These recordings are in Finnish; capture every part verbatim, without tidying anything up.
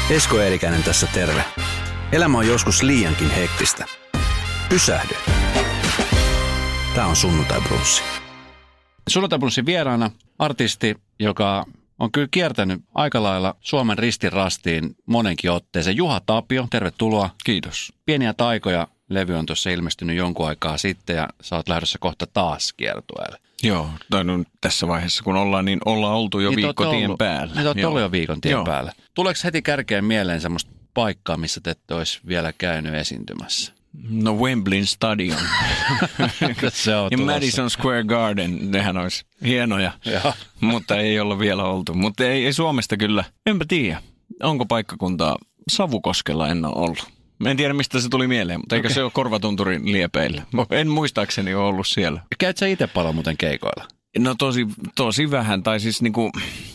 Esko Eerikäinen tässä terve. Elämä on joskus liiankin hektistä. Pysähdy. Tää on Sunnuntai Brunssi. Sunnuntai Brunssin vieraana artisti, joka on kyllä kiertänyt aika lailla Suomen ristin rastiin monenkin otteeseen. Juha Tapio, tervetuloa. Kiitos. Pieniä taikoja. Levy on tuossa ilmestynyt jonkun aikaa sitten ja sä oot lähdössä kohta taas kiertueelle. Joo, tai no, tässä vaiheessa kun ollaan, niin ollaan oltu jo niin viikko tien ollut, päällä. Niin te olette jo viikon tien Joo. päällä. Tuleeko heti kärkeen mieleen semmoista paikkaa, missä te ette olisi vielä käynyt esiintymässä? No Wembleyn stadion. Se on ja tulossa. Madison Square Garden, nehän olisi hienoja, mutta ei olla vielä oltu. Mutta ei, ei Suomesta kyllä, enpä tiedä, onko paikkakuntaa. Savukoskella en ole ollut. En tiedä, mistä se tuli mieleen, mutta eikö okay. se ole Korvatunturin liepeillä? En muistaakseni ole ollut siellä. Käyt sä itse paljon muuten keikoilla? No tosi, tosi vähän, tai siis niinku,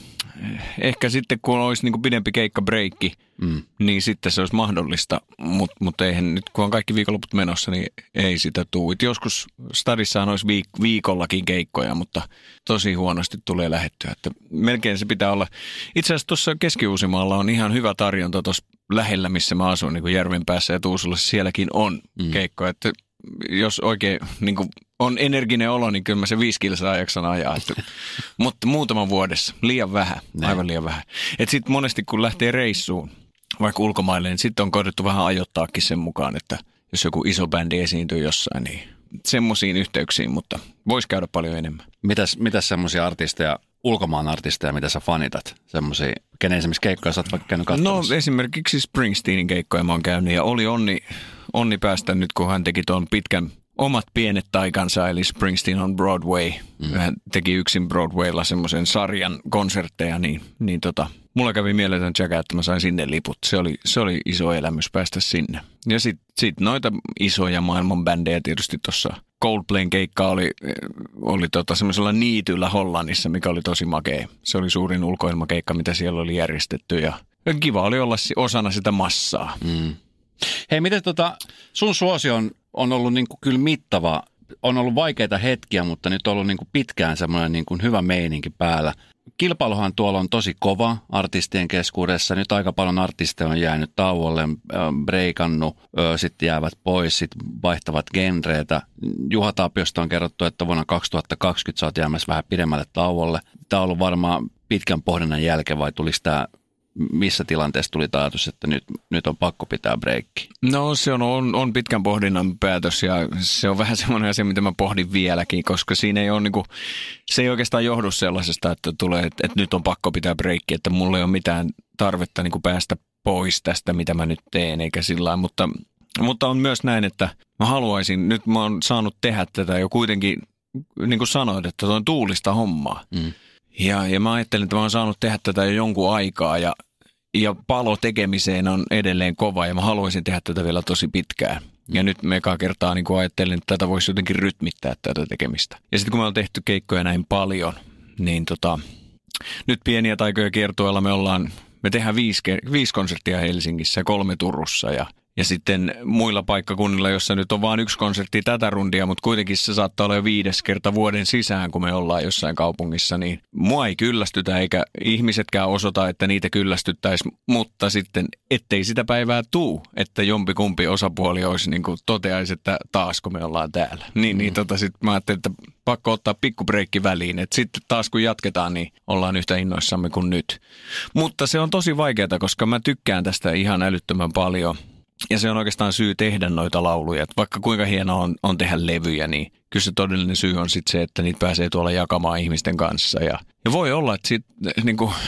ehkä sitten kun olisi niinku pidempi keikkabreikki, mm. niin sitten se olisi mahdollista, mutta mut eihän nyt kun on kaikki viikonloput menossa, niin ei sitä tule. Joskus stadissaan olisi viik- viikollakin keikkoja, mutta tosi huonosti tulee lähettyä, että melkein se pitää olla. Itse asiassa tuossa Keski-Uusimaalla on ihan hyvä tarjonta tuossa lähellä, missä mä asun, niin kuin Järvenpäässä ja Tuusulassa, sielläkin on mm. keikkoja, että jos oikein niin kuin on energinen olo, niin kyllä mä se viisi kilsaa jaksan ajaa. Että, mutta muutaman vuodessa, liian vähän, aivan liian vähän. Että sitten monesti kun lähtee reissuun, vaikka ulkomaille, niin sitten on kohdettu vähän ajoittaakin sen mukaan, että jos joku iso bändi esiintyy jossain, niin semmoisiin yhteyksiin, mutta voisi käydä paljon enemmän. Mitäs, mitäs semmoisia artisteja, ulkomaan artisteja, mitä sä fanitat? Semmoisia, kenen esimerkiksi keikkoja sä oot vaikka käynyt katsomassa? No esimerkiksi Springsteenin keikkoja mä oon käynyt ja oli onni, onni päästä nyt, kun hän teki tuon pitkän omat pienet taikansa, eli Springsteen on Broadway. Mm. Hän teki yksin Broadwaylla semmoisen sarjan konsertteja, niin, niin tota, mulla kävi mieletön tsäkä, että mä sain sinne liput. Se oli, se oli iso elämys päästä sinne. Ja sitten sit noita isoja maailman bändejä tietysti tuossa Coldplayn keikka oli, oli tota semmoisella niityllä Hollannissa, mikä oli tosi makea. Se oli suurin ulkoilmakeikka, mitä siellä oli järjestetty ja kiva oli olla osana sitä massaa. Mm. Hei, miten tota, sun suosio on, on ollut niin kuin kyllä mittava, on ollut vaikeita hetkiä, mutta nyt on ollut niin kuin pitkään semmoinen niin kuin hyvä meininki päällä. Kilpailuhan tuolla on tosi kova artistien keskuudessa. Nyt aika paljon artisteja on jäänyt tauolle, breikannut, sitten jäävät pois, sitten vaihtavat genreitä. Juha Tapiosta on kerrottu, että vuonna kaksituhattakaksikymmentä sä oot jäämässä vähän pidemmälle tauolle. Tämä on ollut varmaan pitkän pohdinnan jälkeen, vai tuliko tämä, missä tilanteessa tuli ajatus, että nyt, nyt on pakko pitää breikki? No se on, on, on pitkän pohdinnan päätös ja se on vähän semmoinen asia, mitä mä pohdin vieläkin, koska siinä ei ole niinku, se ei oikeastaan johdu sellaisesta, että tulee, että, että nyt on pakko pitää breikki, että mulla ei ole mitään tarvetta niinku päästä pois tästä, mitä mä nyt teen, eikä sillä lailla, mutta, mutta on myös näin, että mä haluaisin, nyt mä oon saanut tehdä tätä jo kuitenkin, niin kuin sanoit, että se on tuulista hommaa. Mm. Ja, ja mä ajattelin, että mä oon saanut tehdä tätä jo jonkun aikaa ja Ja palo tekemiseen on edelleen kova ja mä haluaisin tehdä tätä vielä tosi pitkään. Ja nyt me ekaa kertaa niin kuin ajattelin, että tätä voisi jotenkin rytmittää tätä tekemistä. Ja sitten kun me on tehty keikkoja näin paljon, niin tota, nyt pieniä taikoja kiertueella me ollaan, me tehdään viisi, viisi konserttia Helsingissä ja kolme Turussa ja Ja sitten muilla paikkakunnilla, jossa nyt on vain yksi konsertti tätä rundia, mutta kuitenkin se saattaa olla jo viides kerta vuoden sisään, kun me ollaan jossain kaupungissa, niin mua ei kyllästytä eikä ihmisetkään osoita, että niitä kyllästyttäisi, mutta sitten ettei sitä päivää tuu, että jompikumpi osapuoli olisi niin kuin toteaisi, että taas kun me ollaan täällä. Niin, mm. niin tota sitten mä ajattelin, että pakko ottaa pikkubreikki väliin, että sitten taas kun jatketaan, niin ollaan yhtä innoissamme kuin nyt. Mutta se on tosi vaikeaa, koska mä tykkään tästä ihan älyttömän paljon. Ja se on oikeastaan syy tehdä noita lauluja. Että vaikka kuinka hienoa on, on tehdä levyjä, niin kyllä se todellinen syy on sitten se, että niitä pääsee tuolla jakamaan ihmisten kanssa. Ja, ja voi olla, että sit, niin kuin,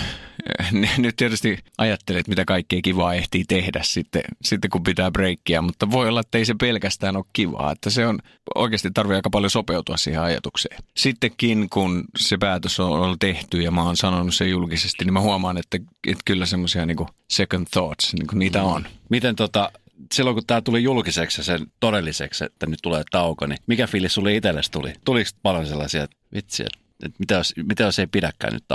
nyt tietysti ajattelet, mitä kaikkea kivaa ehtii tehdä sitten, sitten kun pitää breikkiä. Mutta voi olla, että ei se pelkästään ole kivaa. Että se on oikeasti tarvitsee aika paljon sopeutua siihen ajatukseen. Sittenkin, kun se päätös on ollut tehty ja mä oon sanonut sen julkisesti, niin mä huomaan, että, että kyllä semmoisia niin kuin second thoughts, niin kuin niitä on. Miten tota... Silloin kun tämä tuli julkiseksi ja sen todelliseksi, että nyt tulee tauko, niin mikä fiilis sulle itsellesi tuli? Tuliko paljon sellaisia, että vitsi, että mitä jos, mitä jos ei pidäkään nyt taukoa?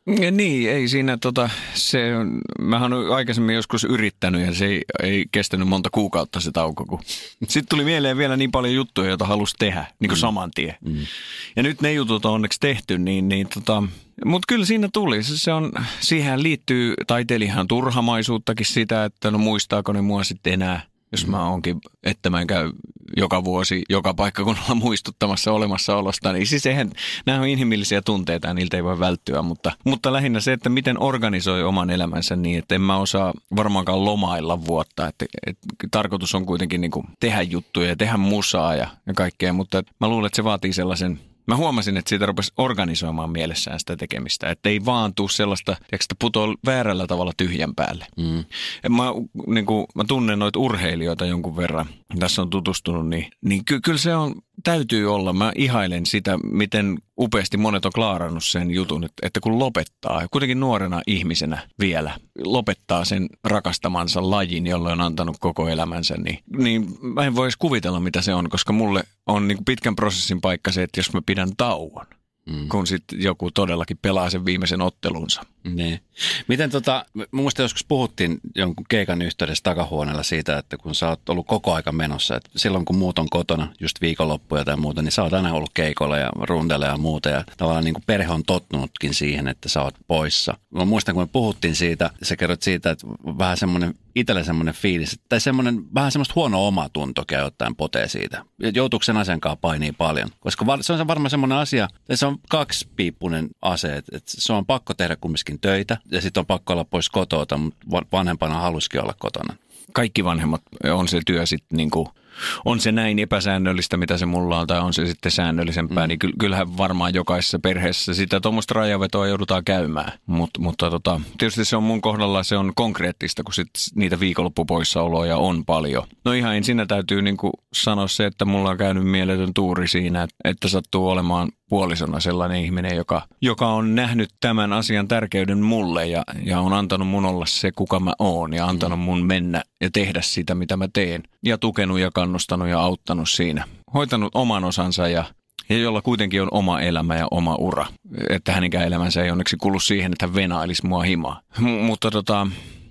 Ja niin, ei siinä tota, se on, mähän olen aikaisemmin joskus yrittänyt ja se ei, ei kestänyt monta kuukautta se tauko. Kun. Sitten tuli mieleen vielä niin paljon juttuja, joita halusi tehdä, niin kuin mm. saman tien. Mm. Ja nyt ne jutut on onneksi tehty, niin, niin tota, mutta kyllä siinä tuli. Se, se on, siihen liittyy taiteilijan turhamaisuuttakin sitä, että no muistaako ne mua sitten enää. Jos mä oonkin, että mä en käy joka vuosi, joka paikkakunnalla muistuttamassa olemassaolosta, niin siis eihän, nämä on inhimillisiä tunteita ja niiltä ei voi välttyä, mutta, mutta lähinnä se, että miten organisoi oman elämänsä niin, että en mä osaa varmaankaan lomailla vuotta, että, että tarkoitus on kuitenkin niin kuin tehdä juttuja ja tehdä musaa ja, ja kaikkea, mutta mä luulen, että se vaatii sellaisen. Mä huomasin, että siitä rupesi organisoimaan mielessään sitä tekemistä, että ei vaan tule sellaista, että putoaa väärällä tavalla tyhjän päälle. Mm. Mä, niin kuin, mä tunnen noita urheilijoita jonkun verran, tässä on tutustunut, niin, niin ky- kyllä se on, täytyy olla. Mä ihailen sitä, miten upeasti monet on klaarannut sen jutun, että, että kun lopettaa, kuitenkin nuorena ihmisenä vielä, lopettaa sen rakastamansa lajin, jolle on antanut koko elämänsä, niin, niin mä en voi edes kuvitella, mitä se on, koska mulle on niin kuin pitkän prosessin paikka se, että jos mä pidän tauon, mm. kun sitten joku todellakin pelaa sen viimeisen ottelunsa. Niin. Miten tota, muista joskus puhuttiin jonkun keikan yhteydessä takahuoneella siitä, että kun sä oot ollut koko aika menossa, että silloin kun muut on kotona, just viikonloppuja tai muuta, niin sä oot aina ollut keikolla ja rundella ja muuta ja tavallaan niin kuin perhe on tottunutkin siihen, että sä oot poissa. Mä muistan, kun me puhuttiin siitä, sä kerrot siitä, että vähän semmoinen, itselle semmoinen fiilis, tai semmoinen, vähän semmoista huonoa omatuntoa jotain potee siitä. Joutuuko sen asian kanssa painii paljon? Koska se on varmaan semmoinen asia, että se on kaksipiippunen ase, että se on pakko tehdä kumminkin töitä ja sitten on pakko olla pois kotota, mutta vanhempana halusikin olla kotona. Kaikki vanhemmat on se työ sitten niin kuin, on se näin epäsäännöllistä, mitä se mulla on, tai on se sitten säännöllisempää, mm. niin kyllähän varmaan jokaisessa perheessä sitä tuommoista rajavetoa joudutaan käymään. Mut, mutta tota, tietysti se on mun kohdalla, se on konkreettista, kun sit niitä viikonloppupoissaoloja on paljon. No ihan ensin täytyy niin kuin sanoa se, että mulla on käynyt mieletön tuuri siinä, että sattuu olemaan puolisona sellainen ihminen, joka, joka on nähnyt tämän asian tärkeyden mulle ja, ja on antanut mun olla se, kuka mä oon ja antanut mun mennä ja tehdä sitä, mitä mä teen ja tukenut ja kannustanut ja auttanut siinä. Hoitanut oman osansa ja, ja jolla kuitenkin on oma elämä ja oma ura. Että hänenkään elämänsä ei onneksi kulu siihen, että hän venailisi mua himaa. M- mutta tota...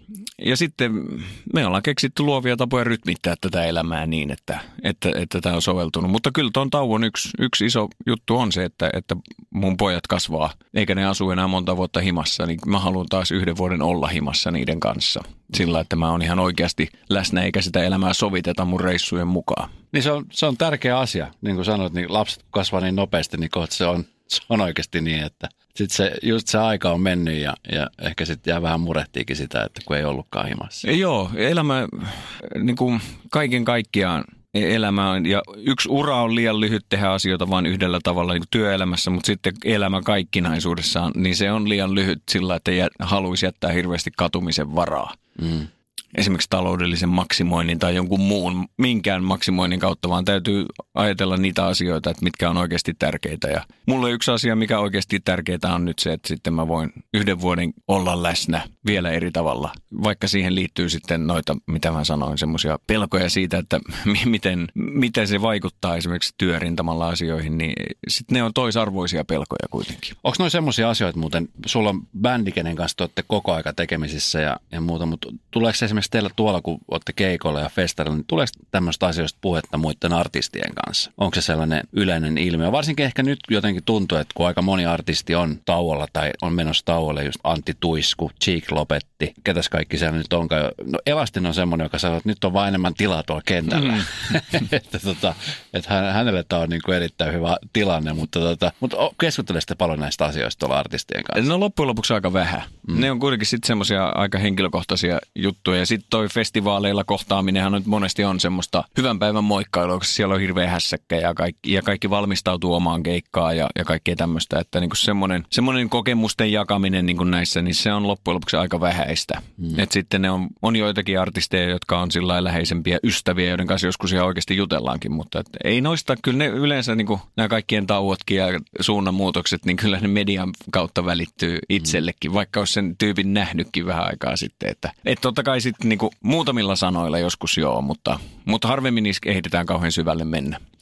Ja sitten me ollaan keksitty luovia tapoja rytmittää tätä elämää niin, että, että, että tämä on soveltunut. Mutta kyllä tuon tauon yksi, yksi iso juttu on se, että, että mun pojat kasvaa, eikä ne asu enää monta vuotta himassa. Niin mä haluan taas yhden vuoden olla himassa niiden kanssa. Sillä, että mä oon ihan oikeasti läsnä, eikä sitä elämää soviteta mun reissujen mukaan. Niin se on, se on tärkeä asia. Niin kuin sanoit, niin lapset kasvaa niin nopeasti, niin kohta se on, se on oikeasti niin, että... Sitten se, just se aika on mennyt ja, ja ehkä sitten jää vähän murehtiikin sitä, että kun ei ollutkaan himassa. Joo, elämä niin kuin kaiken kaikkiaan elämä on, ja yksi ura on liian lyhyt tehdä asioita vain yhdellä tavalla niin kuin työelämässä, mutta sitten elämä kaikkinaisuudessaan, niin se on liian lyhyt sillä, että jä, haluaisi jättää hirveästi katumisen varaa. Mm. Esimerkiksi taloudellisen maksimoinnin tai jonkun muun, minkään maksimoinnin kautta, vaan täytyy ajatella niitä asioita, että mitkä on oikeasti tärkeitä. Ja mulle yksi asia, mikä oikeasti tärkeää on nyt se, että sitten mä voin yhden vuoden olla läsnä vielä eri tavalla. Vaikka siihen liittyy sitten noita, mitä mä sanoin, semmoisia pelkoja siitä, että miten, miten se vaikuttaa esimerkiksi työrintamalla asioihin, niin sitten ne on toisarvoisia pelkoja kuitenkin. Onko noin semmoisia asioita muuten, sulla on bändi, kenen kanssa te olette koko aika tekemisissä ja, ja muuta, mutta tuleeko se esimerkiksi teillä tuolla, kun olette keikolla ja festarilla, niin tuleeko tämmöistä asioista puhetta muiden artistien kanssa? Onko se sellainen yleinen ilmiö? Varsinkin ehkä nyt jotenkin tuntuu, että kun aika moni artisti on tauolla tai on menossa tauolle, just Antti Tuisku, Cheek lopetti, ketäs kaikki siellä nyt onkaan. No Elastin on semmoinen, joka sanoo, että nyt on vain enemmän tilaa tuolla kentällä. Mm. että tota, että hänelle tämä on niin kuin erittäin hyvä tilanne, mutta, tota, mutta keskustelette paljon näistä asioista tuolla artistien kanssa? No loppujen lopuksi aika vähän. Mm. Ne on kuitenkin sitten semmoisia aika henkilökohtaisia juttuja ja sitten toi festivaaleilla kohtaaminenhan nyt monesti on semmoista hyvän päivän moikkailua, koska siellä on hirveä hässäkkä ja kaikki, ja kaikki valmistautuu omaan keikkaan ja, ja kaikkea tämmöistä. Että niinku semmoinen, semmoinen kokemusten jakaminen niinku näissä, niin se on loppujen lopuksi aika vähäistä. Mm. Että sitten ne on, on joitakin artisteja, jotka on sillä läheisempiä ystäviä, joiden kanssa joskus ihan oikeasti jutellaankin, mutta et ei noista, kyllä ne yleensä niinku, nämä kaikkien tauotkin ja suunnanmuutokset, niin kyllä ne median kautta välittyy itsellekin, vaikka olisi sen tyypin nähnytkin vähän aikaa sitten. Että et totta kai sitten niinku muutamilla sanoilla joskus joo, mutta, mutta harvemmin niissä ehditään kauhean syvälle mennä.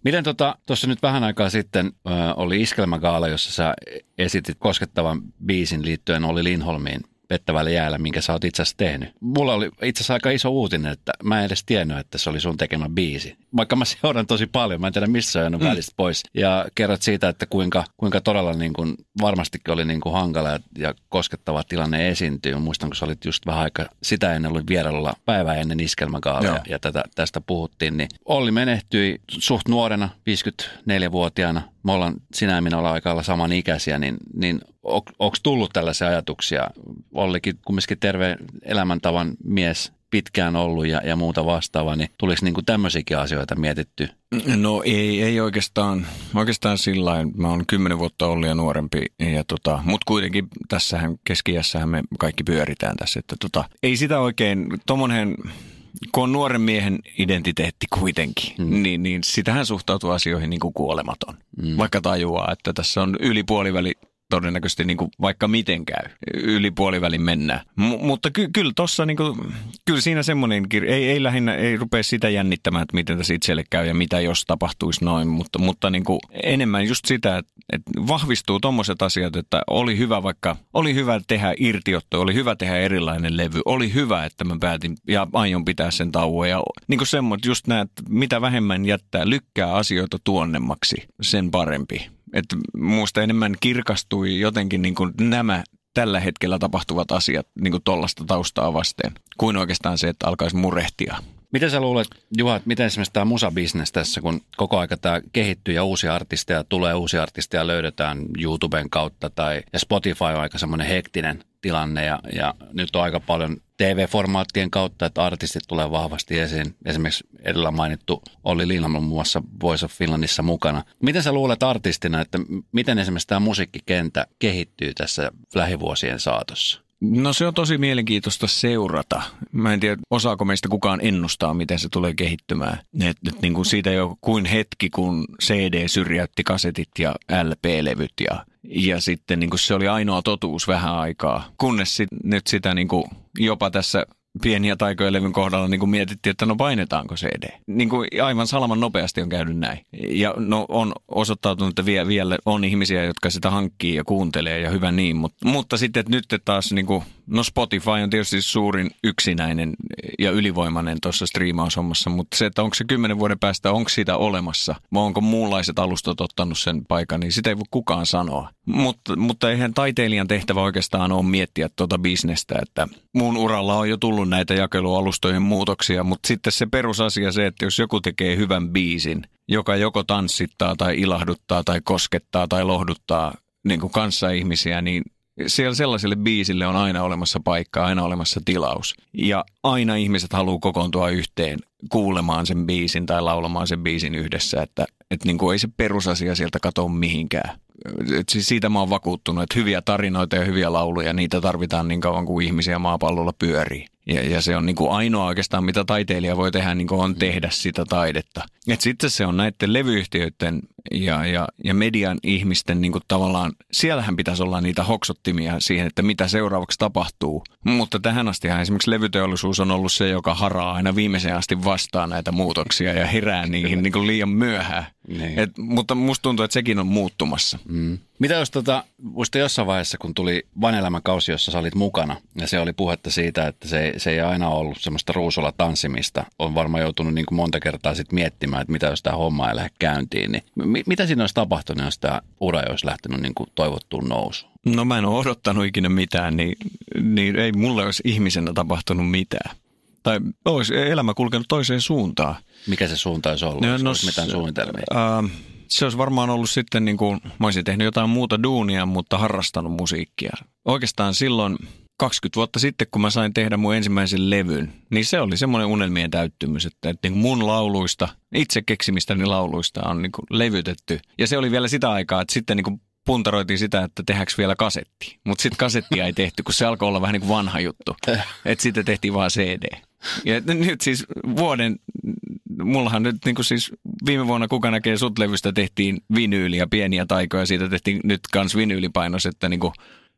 Miten tuossa tota, nyt vähän aikaa sitten ö, oli Iskelmägaala, jossa sä esitit koskettavan biisin liittyen Olli Lindholmiin Pettävällä jäällä, minkä sä oot itse asiassa tehnyt. Mulla oli itse asiassa aika iso uutinen, että mä en edes tiennyt, että se oli sun tekemä biisi. Vaikka mä seuran tosi paljon, mä en tiedä missä on mm. välistä pois. Ja kerrot siitä, että kuinka, kuinka todella niin kuin, varmastikin oli niin kuin hankala ja, ja koskettava tilanne esiintyy. Muistan, kun sä olit just vähän aika sitä ennen, oli vierailulla päivää ennen Iskelmägaalaa ja, ja tätä, tästä puhuttiin. Niin Olli menehtyi suht nuorena, viisikymmentäneljävuotiaana. Me ollaan, sinä ja minä ollaan aika olla samanikäisiä, niin, niin on, onko tullut tällaisia ajatuksia? Ollikin kumminkin terve elämäntavan mies pitkään ollut ja, ja muuta vastaavaa, niin tuliko niin kuin tämmöisiäkin asioita mietitty? No ei, ei oikeastaan, oikeastaan sillä lailla. Mä oon kymmenen vuotta Ollia nuorempi, ja tota, mutta kuitenkin tässähän keski-iässähän me kaikki pyöritään tässä. Että tota, ei sitä oikein, tommonen, kun on nuoren miehen identiteetti kuitenkin, mm. niin, niin sitähän suhtautuu asioihin niin kuin kuolematon. Mm. Vaikka tajuaa, että tässä on yli puoliväli todennäköisesti niin kuin vaikka miten käy, yli puolivälin mennään. M- mutta ky- kyllä tossa, niin kuin, kyllä siinä semmoinen, ei, ei lähinnä, ei rupea sitä jännittämään, että miten tässä itselle käy ja mitä jos tapahtuisi noin, mutta, mutta niin kuin enemmän just sitä, että, että vahvistuu tommoset asiat, että oli hyvä vaikka, oli hyvä tehdä irtiotto, oli hyvä tehdä erilainen levy, oli hyvä, että mä päätin ja aion pitää sen tauon ja niin kuin semmoinen, just näet, mitä vähemmän jättää, lykkää asioita tuonnemmaksi, sen parempi. Että muusta enemmän kirkastui jotenkin niin kuin nämä tällä hetkellä tapahtuvat asiat niin kuin tollaista taustaa vasten, kuin oikeastaan se, että alkaisi murehtia. Miten sä luulet, Juha, että miten esimerkiksi tämä musabisnes tässä, kun koko aika tämä kehittyy ja uusia artisteja tulee, uusia artisteja löydetään YouTuben kautta tai ja Spotify on aika semmoinen hektinen tilanne ja, ja nyt on aika paljon T V-formaattien kautta, että artistit tulee vahvasti esiin. Esimerkiksi edellä mainittu Olli Lindholm muun muassa Voice of Finlandissa mukana. Miten sä luulet artistina, että miten esimerkiksi tämä musiikkikenttä kehittyy tässä lähivuosien saatossa? No se on tosi mielenkiintoista seurata. Mä en tiedä, osaako meistä kukaan ennustaa, miten se tulee kehittymään. Et, et niin kuin siitä jo kuin hetki, kun C D syrjäytti kasetit ja L P-levyt ja, ja sitten niin kuin se oli ainoa totuus vähän aikaa. Kunnes sit, nyt sitä niin kuin jopa tässä Pieniä taikoja levyn kohdalla niin kuin mietittiin, että no painetaanko C D. Niin kuin aivan salaman nopeasti on käynyt näin. Ja no on osoittautunut, että vie, vielä on ihmisiä, jotka sitä hankkii ja kuuntelee ja hyvä niin. Mutta, mutta sitten että nyt taas, niin kuin, no Spotify on tietysti suurin yksinäinen ja ylivoimainen tuossa striimaushommassa. Mutta se, että onko se kymmenen vuoden päästä, onko sitä olemassa, vai onko muunlaiset alustat ottanut sen paikan, niin sitä ei voi kukaan sanoa. Mutta, mutta eihän taiteilijan tehtävä oikeastaan ole miettiä tuota bisnestä, että mun uralla on jo tullut näitä jakelualustojen muutoksia, mutta sitten se perusasia se, että jos joku tekee hyvän biisin, joka joko tanssittaa tai ilahduttaa tai koskettaa tai lohduttaa niin kuin kanssaihmisiä, niin siellä sellaiselle biisille on aina olemassa paikka, aina olemassa tilaus. Ja aina ihmiset haluaa kokoontua yhteen kuulemaan sen biisin tai laulamaan sen biisin yhdessä, että, että niin kuin ei se perusasia sieltä katoa mihinkään. Et siis siitä mä oon vakuuttunut, että hyviä tarinoita ja hyviä lauluja, niitä tarvitaan niin kauan kuin ihmisiä maapallolla pyörii. Ja, ja se on niin kuin ainoa oikeastaan, mitä taiteilija voi tehdä, niin kuin on tehdä sitä taidetta. Et sitten se on näiden levyyhtiöiden ja, ja, ja median ihmisten niin kuin tavallaan, siellähän pitäisi olla niitä hoksottimia siihen, että mitä seuraavaksi tapahtuu. Mutta tähän astihan esimerkiksi levyteollisuus on ollut se, joka haraa aina viimeiseen asti vastaan näitä muutoksia ja herää niihin niin kuin liian myöhään. Niin. Et, mutta musta tuntuu, että sekin on muuttumassa. Mm. Mitä jos tota, muista jossain vaiheessa, kun tuli Vanelämä-kausi, jossa sä olit mukana, ja se oli puhetta siitä, että se, se ei aina ollut semmoista ruusulla tanssimista. On varmaan joutunut niin kuin monta kertaa sit miettimään, että mitä jos tämä homma ei lähde käyntiin. Niin, mi- mitä siinä olisi tapahtunut, jos tämä ura olisi lähtenyt niin kuin toivottuun nousuun? No mä en ole odottanut ikinä mitään, niin, niin ei mulle olisi ihmisenä tapahtunut mitään. Tai olisi elämä kulkenut toiseen suuntaan. Mikä se suunta olisi ollut? No, no, olisi mitään suunnitelmia? Äh, se olisi varmaan ollut sitten niin kuin, mä olisin tehnyt jotain muuta duunia, mutta harrastanut musiikkia. Oikeastaan silloin kaksikymmentä vuotta sitten, kun mä sain tehdä mun ensimmäisen levyn, niin se oli semmoinen unelmien täyttymys, että, että mun lauluista, itse keksimistäni lauluista on niin kuin levytetty. Ja se oli vielä sitä aikaa, että sitten niin kuin puntaroitiin sitä, että tehdäänkö vielä kasetti. Mutta sitten kasettia ei tehty, kun se alkoi olla vähän niin kuin vanha juttu. Että sitten tehtiin vaan C D. Ja nyt siis vuoden, mullahan nyt niin kuin siis viime vuonna Kuka näkee sut -levystä tehtiin vinyyliä, pieniä taikoja. Siitä tehtiin nyt kans vinyylipainos, että niin kuin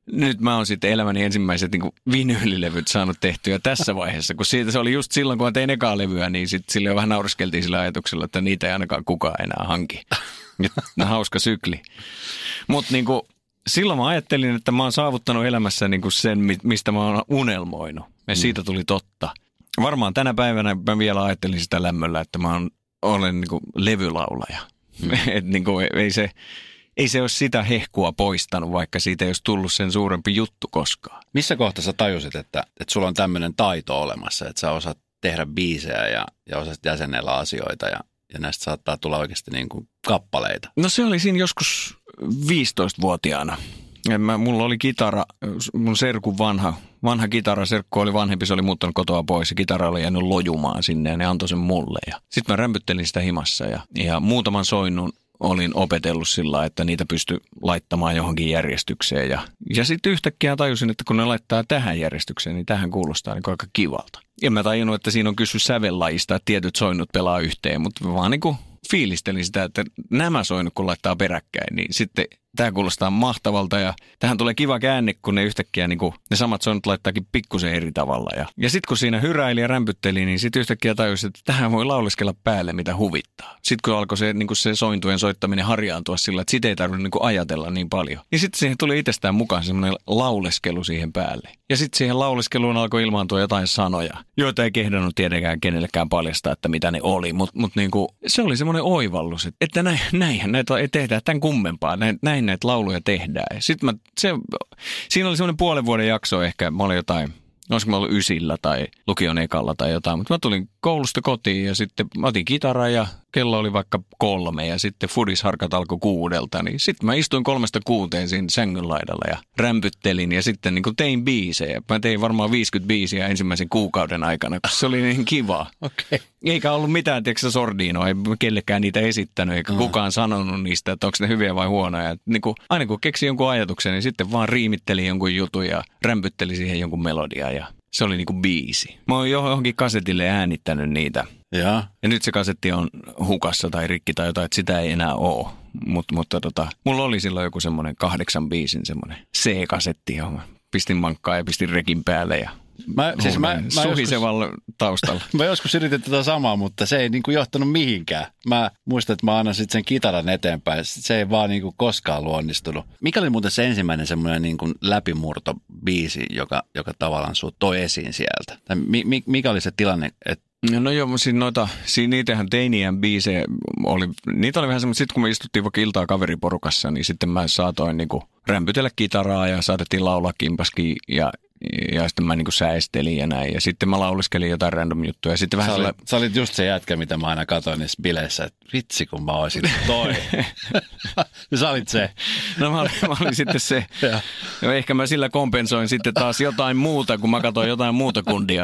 nyt mä oon sitten elämäni ensimmäiset niin kuin vinyylilevyt saanut tehtyä tässä vaiheessa, kun siitä se oli just silloin, kun mä tein ekaa levyä, niin sitten sille jo vähän nauriskeltiin sillä ajatuksella, että niitä ei ainakaan kukaan enää hanki. Nyt hauska sykli. Mutta niin kuin silloin mä ajattelin, että mä oon saavuttanut elämässä niin kuin sen, mistä mä oon unelmoinut. Ja siitä tuli totta. Varmaan tänä päivänä mä vielä ajattelin sitä lämmöllä, että mä oon, olen niin kuin levylaulaja. Mm. Et niin kuin ei, se, ei se ole sitä hehkua poistanut, vaikka siitä ei olisi tullut sen suurempi juttu koskaan. Missä kohtaa sä tajusit, että, että sulla on tämmöinen taito olemassa, että sä osaat tehdä biisejä ja, ja osaat jäsennellä asioita ja, ja näistä saattaa tulla oikeasti niin kuin kappaleita? No se oli siinä joskus viisitoistavuotiaana. Mä, mulla oli kitara, mun serkun vanha, vanha kitaraserkku oli vanhempi, se oli muuttanut kotoa pois ja kitara oli jäänyt lojumaan sinne ja ne antoi sen mulle. Sitten mä rämpyttelin sitä himassa ja, ja muutaman soinnun olin opetellut sillä, että niitä pystyi laittamaan johonkin järjestykseen. Ja, ja sitten yhtäkkiä tajusin, että kun ne laittaa tähän järjestykseen, niin tähän kuulostaa niin aika kivalta. En mä tajunnut, että siinä on kysy sävellajista, että tietyt soinnut pelaa yhteen, mutta vaan niin kuin fiilistelin sitä, että nämä soinnut kun laittaa peräkkäin, niin sitten tämä kuulostaa mahtavalta ja tähän tulee kiva käänne, kun ne yhtäkkiä niin kuin, ne samat soinnut laittaakin pikkusen eri tavalla. Ja, ja sitten kun siinä hyräili ja rämpytteli, niin sitten yhtäkkiä tajusin, että tähän voi lauleskella päälle, mitä huvittaa. Sitten kun alkoi se, niin kuin se sointujen soittaminen harjaantua sillä, että sitä ei tarvitse niin kuin ajatella niin paljon. Ja sitten siihen tuli itsestään mukaan semmoinen lauleskelu siihen päälle. Ja sitten siihen lauleskeluun alkoi ilmaantua jotain sanoja, joita ei kehdannut tietenkään kenellekään paljastaa, että mitä ne oli. Mutta mut niin kuin, se oli semmoinen oivallus, että näin, näinhän näitä ei tehdä tämän kummempaa, näin, näin näitä lauluja tehdään. Sitten mä, se, siinä oli semmoinen puolen vuoden jakso ehkä, mä olin jotain, olisiko mä ollut ysillä tai lukion ekalla tai jotain, mutta mä tulin koulusta kotiin ja sitten mä otin kitaraa ja kello oli vaikka kolme ja sitten fudisharkat alkoi kuudelta, niin sitten mä istuin kolmesta kuuteen siinä sängyn laidalla ja rämpyttelin ja sitten niin kuin tein biisejä. Mä tein varmaan viisikymmentä biisiä ensimmäisen kuukauden aikana, koska se oli niin kivaa. Okay. Eikä ollut mitään, tiedätkö, sordiinoa, ei kellekään niitä esittänyt, eikä uh-huh. kukaan sanonut niistä, että onko ne hyviä vai huonoja. Niin kuin, aina kun keksi jonkun ajatuksen, niin sitten vaan riimitteli jonkun jutun ja rämpytteli siihen jonkun melodiaa ja se oli niinku biisi. Mä oon johonkin kasetille äänittänyt niitä. Ja, ja nyt se kasetti on hukassa tai rikki tai jotain, että sitä ei enää oo. Mut, mutta tota, mulla oli silloin joku semmoinen kahdeksan biisin semmoinen C-kasetti, johon mä pistin mankkaa ja pistin rekin päälle ja Mä, siis mä, mä suhisevalla joskus, taustalla. Mä joskus yritin tätä samaa, mutta se ei niinku johtanut mihinkään. Mä muistan, että mä annan sitten sen kitaran eteenpäin. Se ei vaan niinku koskaan luonnistunut. Mikä oli muuten se ensimmäinen semmoinen niinku läpimurtobiisi, joka, joka tavallaan sut toi esiin sieltä? Tai mi, mi, mikä oli se tilanne, että No joo, siinä noita, siinä niitähän teiniän biisejä oli, niitä oli vähän semmoinen, sitten kun me istuttiin vaikka iltaa kaveriporukassa, niin sitten mä saatoin niinku rämpytellä kitaraa ja saatettiin laulaa kimpaskin ja Ja sitten mä niinku säestelin ja näin. Ja sitten mä lauliskelin jotain random juttuja. Ja sitten vähän sä, olit, sillä... sä olit just se jätkä, mitä mä aina katsoin niissä bileissä, että vitsi kun mä olisin toi. Ja sä olit se. No mä olin, mä olin sitten se. Ja ehkä mä sillä kompensoin sitten taas jotain muuta, kun mä katsoin jotain muuta kundia,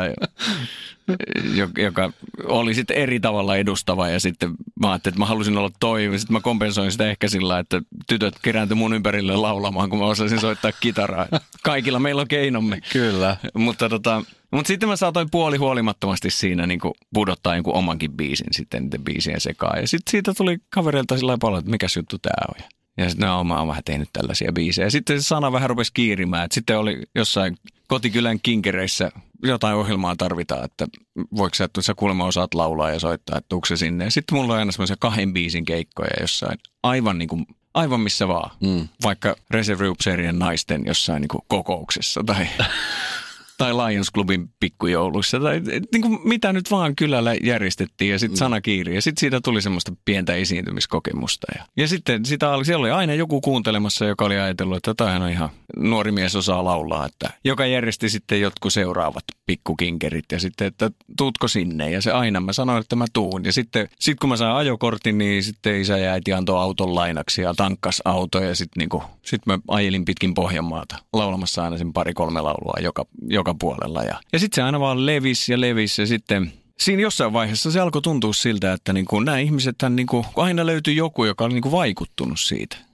joka oli sitten eri tavalla edustava. Ja sitten mä ajattelin, että mä halusin olla toi. Ja sitten mä kompensoin sitä ehkä sillä, että tytöt kerääntyi mun ympärille laulamaan, kun mä osasin soittaa kitaraa. Kaikilla meillä on keinomme. Kyllä. Mutta, tota, mutta sitten mä saatoin puoli huolimattomasti siinä niin kuin pudottaa jonkun omankin biisin sitten niiden biisien sekaan. Ja sitten siitä tuli kavereilta sillä paljon, että mikäs juttu tää on. Ja sitten no, mä oon vähän tehnyt tällaisia biisejä. Ja sitten se sana vähän rupesi kiirimään. Että sitten oli jossain kotikylän kinkereissä jotain ohjelmaa tarvitaan, että voiko sä, että sä kuulemma osaat laulaa ja soittaa, että tuukse sinne. Ja sitten mulla on aina semmoisia kahden biisin keikkoja jossain aivan niin kuin aivan missä vaan, mm. vaikka Reserve Upseerien naisten jossain niin kuin kokouksessa tai, tai Lions Clubin pikkujouluissa tai niin kuin mitä nyt vaan kylällä järjestettiin ja sitten sana kiiri ja sitten siitä tuli semmoista pientä esiintymiskokemusta. Ja, ja sitten sitä oli, siellä oli aina joku kuuntelemassa, joka oli ajatellut, että tämähän on ihan nuori mies osaa laulaa, että joka järjesti sitten jotkut seuraavat pikkukinkerit ja sitten, että tuutko sinne ja se aina mä sanoin, että mä tuun ja sitten sit kun mä sain ajokortin, niin sitten isä ja äiti antoi auton lainaksi ja tankkas auto ja sitten niinku, sit mä ajelin pitkin Pohjanmaata laulamassa aina sen pari-kolme laulua joka, joka puolella ja, ja sitten se aina vaan levisi ja levisi ja sitten siinä jossain vaiheessa se alkoi tuntua siltä, että niinku nämä ihmiset, niinku, aina löytyi joku, joka oli niinku vaikuttunut siitä.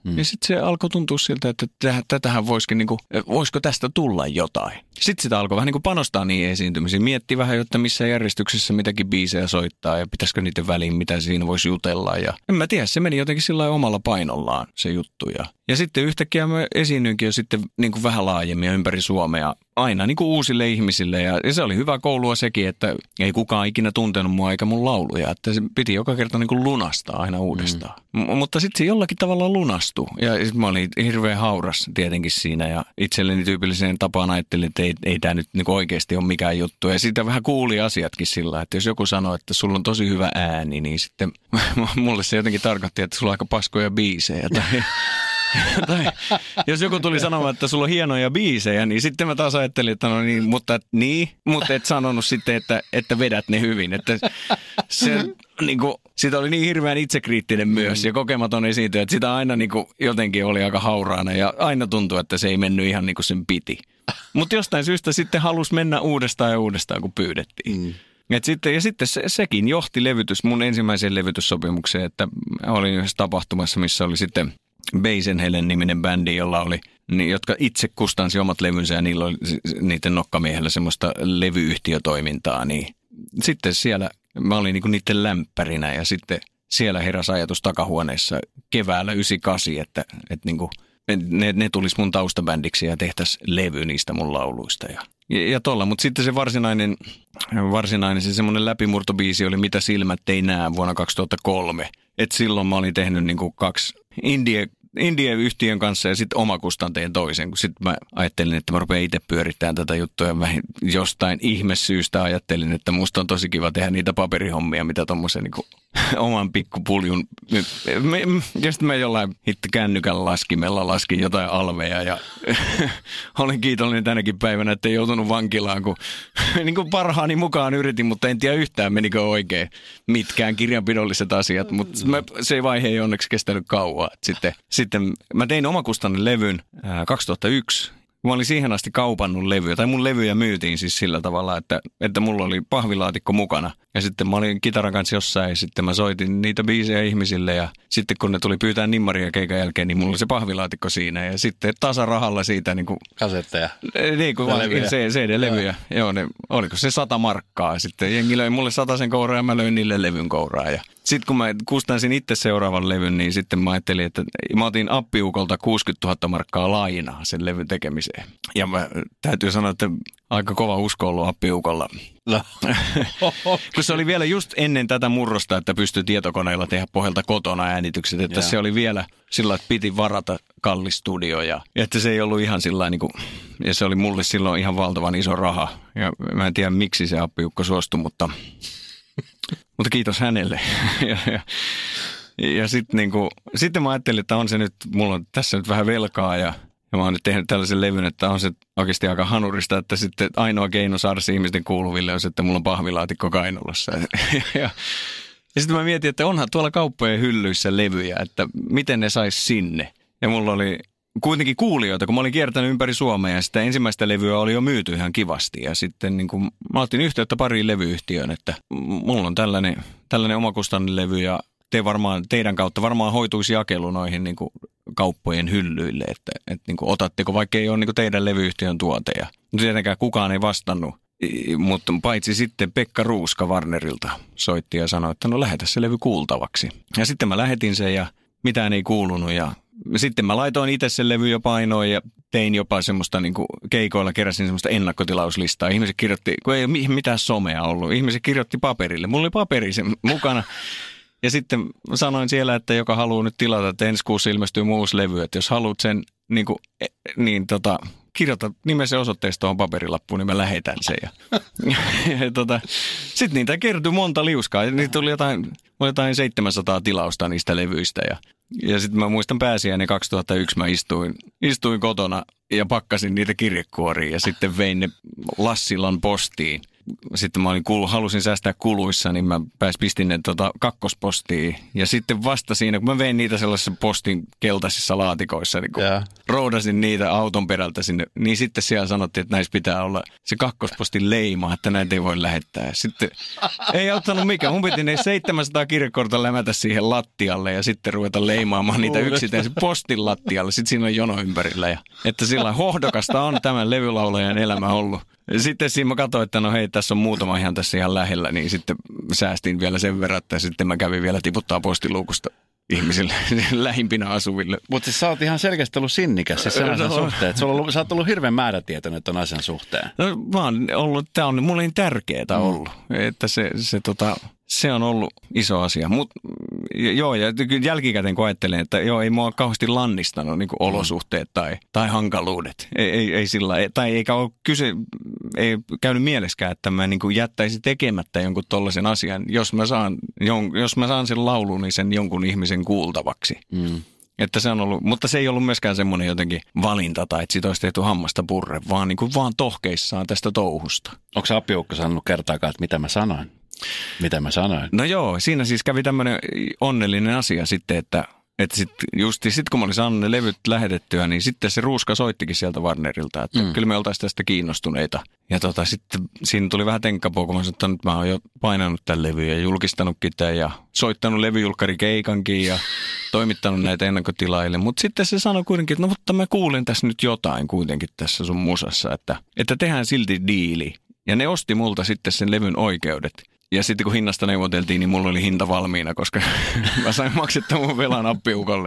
Mm. Ja sitten se alkoi tuntua siltä, että tätähän voisikin, niin kuin, voisiko tästä tulla jotain. Sitten sitä alkoi vähän niin kuin panostaa niihin esiintymisiin. Mietti vähän, että missä järjestyksessä mitäkin biisejä soittaa ja pitäisikö niiden väliin, mitä siinä voisi jutella. Ja en mä tiedä, se meni jotenkin sillä omalla painollaan se juttu. Ja, ja sitten yhtäkkiä mä esiinnyinkin jo sitten niin kuin vähän laajemmin ympäri Suomea. Aina niin kuin uusille ihmisille ja, ja se oli hyvä koulua sekin, että ei kukaan ikinä tuntenut mua eikä mun lauluja. Että se piti joka kerta niin kuin lunastaa aina uudestaan. Mm. M- mutta sitten se jollakin tavalla lunastui. Ja sitten mä olin hirveän hauras tietenkin siinä ja itselleni tyypilliseen tapaan ajattelin, että ei, ei tämä nyt niin kuin oikeasti ole mikään juttu. Ja siitä vähän kuuli asiatkin sillä, että jos joku sanoo, että sulla on tosi hyvä ääni, niin sitten mulle se jotenkin tarkoitti, että sulla on aika paskoja biisejä tai... tai jos joku tuli sanomaan, että sulla on hienoja biisejä, niin sitten mä taas ajattelin, että no niin, mutta niin, mutta et sanonut sitten, että, että vedät ne hyvin. Että se, niin kuin, siitä oli niin hirveän itsekriittinen myös ja kokematon esiintyjä, että sitä aina niin kuin, jotenkin oli aika hauraana ja aina tuntui, että se ei mennyt ihan niin kuin sen piti. Mutta jostain syystä sitten halusi mennä uudestaan ja uudestaan, kun pyydettiin. Mm. Et sitten, ja sitten se, sekin johti levytys mun ensimmäiseen levytyssopimukseen, että olin yhdessä tapahtumassa, missä oli sitten Beisenhelen niminen bändi, jolla oli, niin, jotka itse kustansi omat levynsä ja niillä oli niiden nokkamiehellä semmoista levyyhtiötoimintaa. Niin sitten siellä mä olin niinku niiden lämpärinä ja sitten siellä heräsi ajatus takahuoneessa keväällä yhdeksänkymmentäkahdeksan, että, että niinku, ne, ne tulisi mun taustabändiksi ja tehtäisiin levy niistä mun lauluista ja Ja, ja tolla, mutta sitten se varsinainen, varsinainen se semmoinen läpimurtobiisi oli Mitä silmät ei näe vuonna kaksituhattakolme. Et silloin mä olin tehnyt niinku kaksi indie, indie-yhtiön kanssa ja sitten omakustanteen toisen. Kun sitten mä ajattelin, että mä rupean itse pyörittämään tätä juttua ja mä jostain ihmesyystä ajattelin, että musta on tosi kiva tehdä niitä paperihommia, mitä tommosen niinku oman pikkupuljun. Ja sitten mä jollain hitti kännykän laskimella laskin jotain alveja ja olen kiitollinen tänäkin päivänä, että ei joutunut vankilaan, kun niin kuin parhaani mukaan yritin, mutta en tiedä yhtään menikö oikein mitkään kirjanpidolliset asiat, mutta mä, se vaihe ei onneksi kestänyt kauan. Sitten, sitten mä tein omakustanne levyn ää, kaksituhattayksi. Mä olin siihen asti kaupannut levyjä, tai mun levyjä myytiin siis sillä tavalla, että, että mulla oli pahvilaatikko mukana. Ja sitten mä olin kitaran kanssa jossain, ja sitten mä soitin niitä biisejä ihmisille, ja sitten kun ne tuli pyytää nimmaria keikan jälkeen, niin mulla oli se pahvilaatikko siinä, ja sitten tasarahalla siitä niin kuin... Kasetteja. Niin kuin C D-levyjä. Joo, Joo ne, oliko se sata markkaa. Sitten jengi löi mulle satasen kouraa, ja mä löin niille levyn kouraa, ja... Sitten kun mä kustansin itse seuraavan levyn, niin sitten mä ajattelin, että mä otin appiukolta kuusikymmentätuhatta markkaa lainaa sen levyn tekemiseen. Ja mä täytyy sanoa, että aika kova usko ollut appiukolla. No. Kun se oli vielä just ennen tätä murrosta, että pystyi tietokoneilla tehdä pohjalta kotona äänitykset. Että yeah. Se oli vielä sillä, että piti varata kallis studio. Ja, ja että se ei ollut ihan sillä niin kuin, ja se oli mulle silloin ihan valtavan iso raha. Ja mä en tiedä miksi se appiukko suostui, mutta... Mutta kiitos hänelle. ja ja, ja sitten niinku, sitten mä ajattelin, että on se nyt, mulla on tässä nyt vähän velkaa ja, ja mä oon nyt tehnyt tällaisen levyn, että on se oikeasti aika hanurista, että sitten ainoa keino saada se ihmisten kuuluville on se, että mulla on pahvilaatikko kainalossa. ja, ja, ja sitten mä mietin, että onhan tuolla kauppojen hyllyissä levyjä, että miten ne sais sinne. Ja mulla oli... Kuitenkin kuulijoita, kun mä olin kiertänyt ympäri Suomea ja sitä ensimmäistä levyä oli jo myyty ihan kivasti. Ja sitten niin kun, mä otin yhteyttä pariin levyyhtiöön, että mulla on tällainen, tällainen omakustanne levy ja te varmaan, teidän kautta varmaan hoituisi jakelu noihin niin kun, kauppojen hyllyille. Että et, niin kun, otatteko, vaikka ei ole niin kun teidän levyyhtiön tuote. Ja tietenkään kukaan ei vastannut, mutta paitsi sitten Pekka Ruuska Warnerilta soitti ja sanoi, että no lähetä se levy kuultavaksi. Ja sitten mä lähetin sen ja mitään ei kuulunut ja sitten mä laitoin itse sen levy jo painoon ja tein jopa semmoista niin kuin keikoilla, keräsin semmoista ennakkotilauslistaa. Ihmiset kirjoitti, kun ei ole mitään somea ollut, ihmiset kirjoitti paperille. Mulla oli paperi sen mukana. Ja sitten sanoin siellä, että joka haluaa nyt tilata, että ensi kuussa ilmestyy muu uusi levy, että jos haluat sen, niin, kuin, niin tota, kirjoita nimesi osoitteesta tuohon paperilappuun, niin mä lähetän sen. Ja, ja, tota, sitten niitä kertyi monta liuskaa. Niitä tuli jotain, jotain seitsemänsataa tilausta niistä levyistä ja Ja sitten mä muistan pääsiäinen kaksituhattayksi mä istuin, istuin kotona ja pakkasin niitä kirjekuoriin ja sitten vein ne Lassilan postiin. sitten mä olin kulu, halusin säästää kuluissa, niin mä pääs pistin ne tota, kakkospostiin. Ja sitten vasta siinä, kun mä vein niitä sellaisissa postin keltaisissa laatikoissa, niin kun yeah. roudasin niitä auton perältä sinne, niin sitten siellä sanottiin, että näissä pitää olla se kakkospostin leima, että näitä ei voi lähettää. Ja sitten ei auttanut mikään. Mun piti ne seitsemänsataa kirjekortta lämätä siihen lattialle ja sitten ruveta leimaamaan niitä yksittäisen postin lattialle. Sitten siinä on jono ympärillä. Ja, että sillä hohdokasta on tämän levylaulajan elämä ollut. Sitten siinä mä katsoin, että no hei, tässä on muutama ihan tässä ihan lähellä, niin sitten säästin vielä sen verran, että sitten mä kävin vielä tiputtaa postiluukusta ihmisille, lähimpinä asuville. Mutta siis sä oot ihan selkeästi ollut sinnikäs siis sen asian no. suhteen. Sulla sä oot ollut hirveän määrätietoinen ton asian suhteen. No mä oon ollut, tää on mulle niin tärkeetä ollut, mm. että se, se tota... Se on ollut iso asia, mutta joo, ja jälkikäteen kun ajattelen, että joo, ei mua kauheasti lannistanut niin kuin olosuhteet tai, tai hankaluudet. Ei, ei, ei sillä, tai eikä ole kyse, ei käynyt mieleskään, että mä niin kuin jättäisin tekemättä jonkun tollaisen asian, jos mä saan, jon, jos mä saan sen laulun, niin sen jonkun ihmisen kuultavaksi. Mm. Että se on ollut, mutta se ei ollut myöskään semmoinen jotenkin valinta tai että siitä olisi tehty hammasta purre, vaan niin kuin vaan tohkeissaan tästä touhusta. Onko se Appiukko sanonut kertaakaan, että mitä mä sanoin? Mitä mä sanoin? No joo, siinä siis kävi tämmöinen onnellinen asia sitten, että, että sit, justi sitten kun mä olin saanut ne levyt lähetettyä, niin sitten se Ruuska soittikin sieltä Warnerilta, että mm. kyllä me oltaisiin tästä kiinnostuneita. Ja tota, sitten siinä tuli vähän tenkkapoo, kun mä sanoin, että nyt mä oon jo painanut tämän levyn ja julkistanutkin tämän ja soittanut levyjulkkarikeikankin ja toimittanut näitä ennakkotilaille. Mutta sitten se sanoi kuitenkin, että no mutta mä kuulen tässä nyt jotain kuitenkin tässä sun musassa, että, että tehdään silti diili. Ja ne osti multa sitten sen levyn oikeudet. Ja sitten kun hinnasta neuvoteltiin, niin mulla oli hinta valmiina, koska mä sain maksettua mun velan Appiukolle.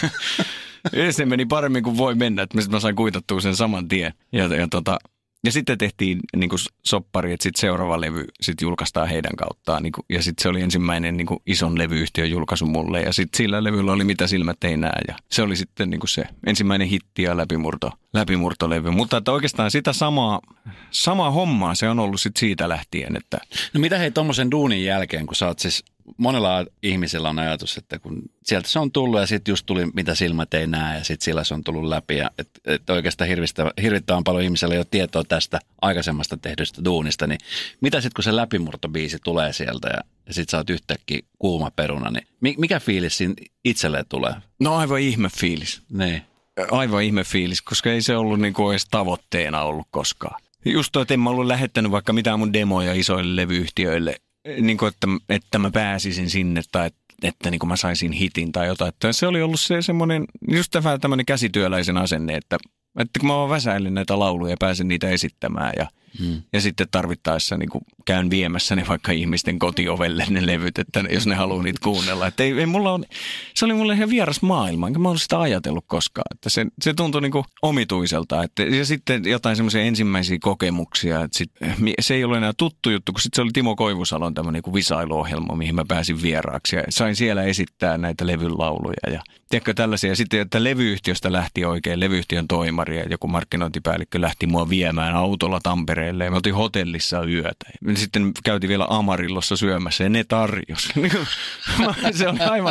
Se meni paremmin kuin voi mennä, että mä sain kuitattua sen saman tien. Ja, ja, tota, ja sitten tehtiin niin kuin soppari, että sitten seuraava levy sit julkaistaan heidän kauttaan. Niin kuin, ja sitten se oli ensimmäinen niin kuin ison levyyhtiön julkaisu mulle. Ja sitten sillä levyllä oli Mitä silmät ei näe. Ja se oli sitten niin kuin se ensimmäinen hitti ja läpimurto, läpimurtolevy. Mutta että oikeastaan sitä samaa, samaa hommaa se on ollut sit siitä lähtien. Että... No mitä hei tommosen duunin jälkeen, kun sä oot siis... Monella ihmisellä on ajatus, että kun sieltä se on tullut ja sitten just tuli Mitä silmät ei näe ja sitten sillä se on tullut läpi. Ja et, et oikeastaan hirvittävän paljon ihmisellä ei ole tietoa tästä aikaisemmasta tehdystä duunista. Niin mitä sitten kun se läpimurtobiisi tulee sieltä ja, ja sitten sä oot yhtäkkiä kuuma peruna, niin mikä fiilis siinä itselleen tulee? No aivan ihme fiilis. Niin. Aivan ihme fiilis, koska ei se ollut niinku edes tavoitteena ollut koskaan. Just toi, että en mä ollut lähettänyt vaikka mitään mun demoja isoille levyyhtiöille. Niin kuin, että, että mä pääsisin sinne tai että, että niin kuin mä saisin hitin tai jotain. Että se oli ollut se semmoinen, just vähän tämmöinen käsityöläisen asenne, että, että kun mä vaan väsäilen näitä lauluja ja pääsen niitä esittämään ja, hmm. ja sitten tarvittaessa niin kuin käyn viemässä ne vaikka ihmisten kotiovelle ne levyt, että jos ne haluaa niitä kuunnella. Että ei, ei mulla on, se oli mulle ihan vieras maailma, enkä mä ollut sitä ajatellut koskaan. Että se, se tuntui niin kuin omituiselta. Että, ja sitten jotain semmoisia ensimmäisiä kokemuksia. Että sit, se ei ole enää tuttu juttu, kun sitten se oli Timo Koivusalon tämmöinen niin visailuohjelma, mihin mä pääsin vieraaksi. Ja sain siellä esittää näitä levyn lauluja ja tiedätkö tällaisia. Sitten, että levyyhtiöstä lähti oikein levyyhtiön toimari ja joku markkinointipäällikkö lähti mua viemään autolla Tampereelle ja me oltiin hotellissa yötä. Sitten käytiin vielä Amarillossa syömässä ja ne tarjosi. Se oli aivan...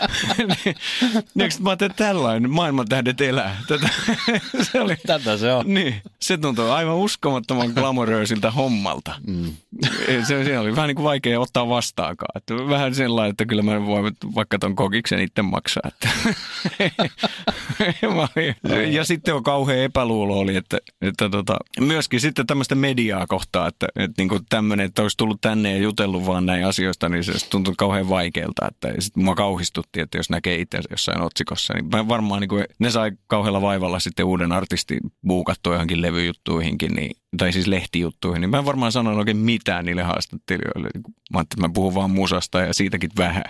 Mä ajattelin, että tällainen maailman tähdet elää. Tätä se, oli, Tätä se on. Niin, se tuntui aivan uskomattoman glamoröisiltä hommalta. Mm. Se, se oli vähän niin kuin vaikea ottaa vastaakaan. Että vähän sellainen, että kyllä mä voin vaikka ton kokiksen itse maksaa. Että ja sitten on kauhean epäluulo oli, että, että tota, myöskin sitten tämmöistä mediaa kohtaa, että, että niin kuin tämmöinen, että olisi tullut tänne ja jutellut vaan näin asioista, niin se tuntui kauhean vaikealta. Että sitten mua kauhistuttiin, että jos näkee itse jossain otsikossa, niin varmaan niin kuin ne sai kauhealla vaivalla sitten uuden artistin buukattua johonkin levyjuttuihinkin, niin, tai siis lehtijuttuihin, niin mä en varmaan sanoin oikein mitään niille haastattelijoille. Mä ajattelin, että mä puhun vaan musasta ja siitäkin vähän.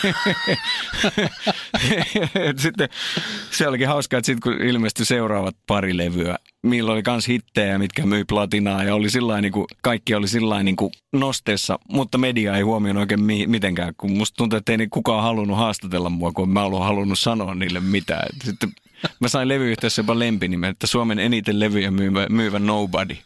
Sitten se olikin hauskaa, että sitten kun ilmestyi seuraavat pari levyä, millä oli kans hittejä, mitkä myi platinaa ja oli sillain, niin kuin, kaikki oli sillain niin kuin nosteessa, mutta media ei huomioon oikein mi- mitenkään, kun musta tuntuu, että ei kukaan halunnut haastatella mua, kun mä olen halunnut sanoa niille mitään. Sitten mä sain levyyhtiössä jopa lempinimen, että Suomen eniten levyjä myyvä, myyvä Nobody.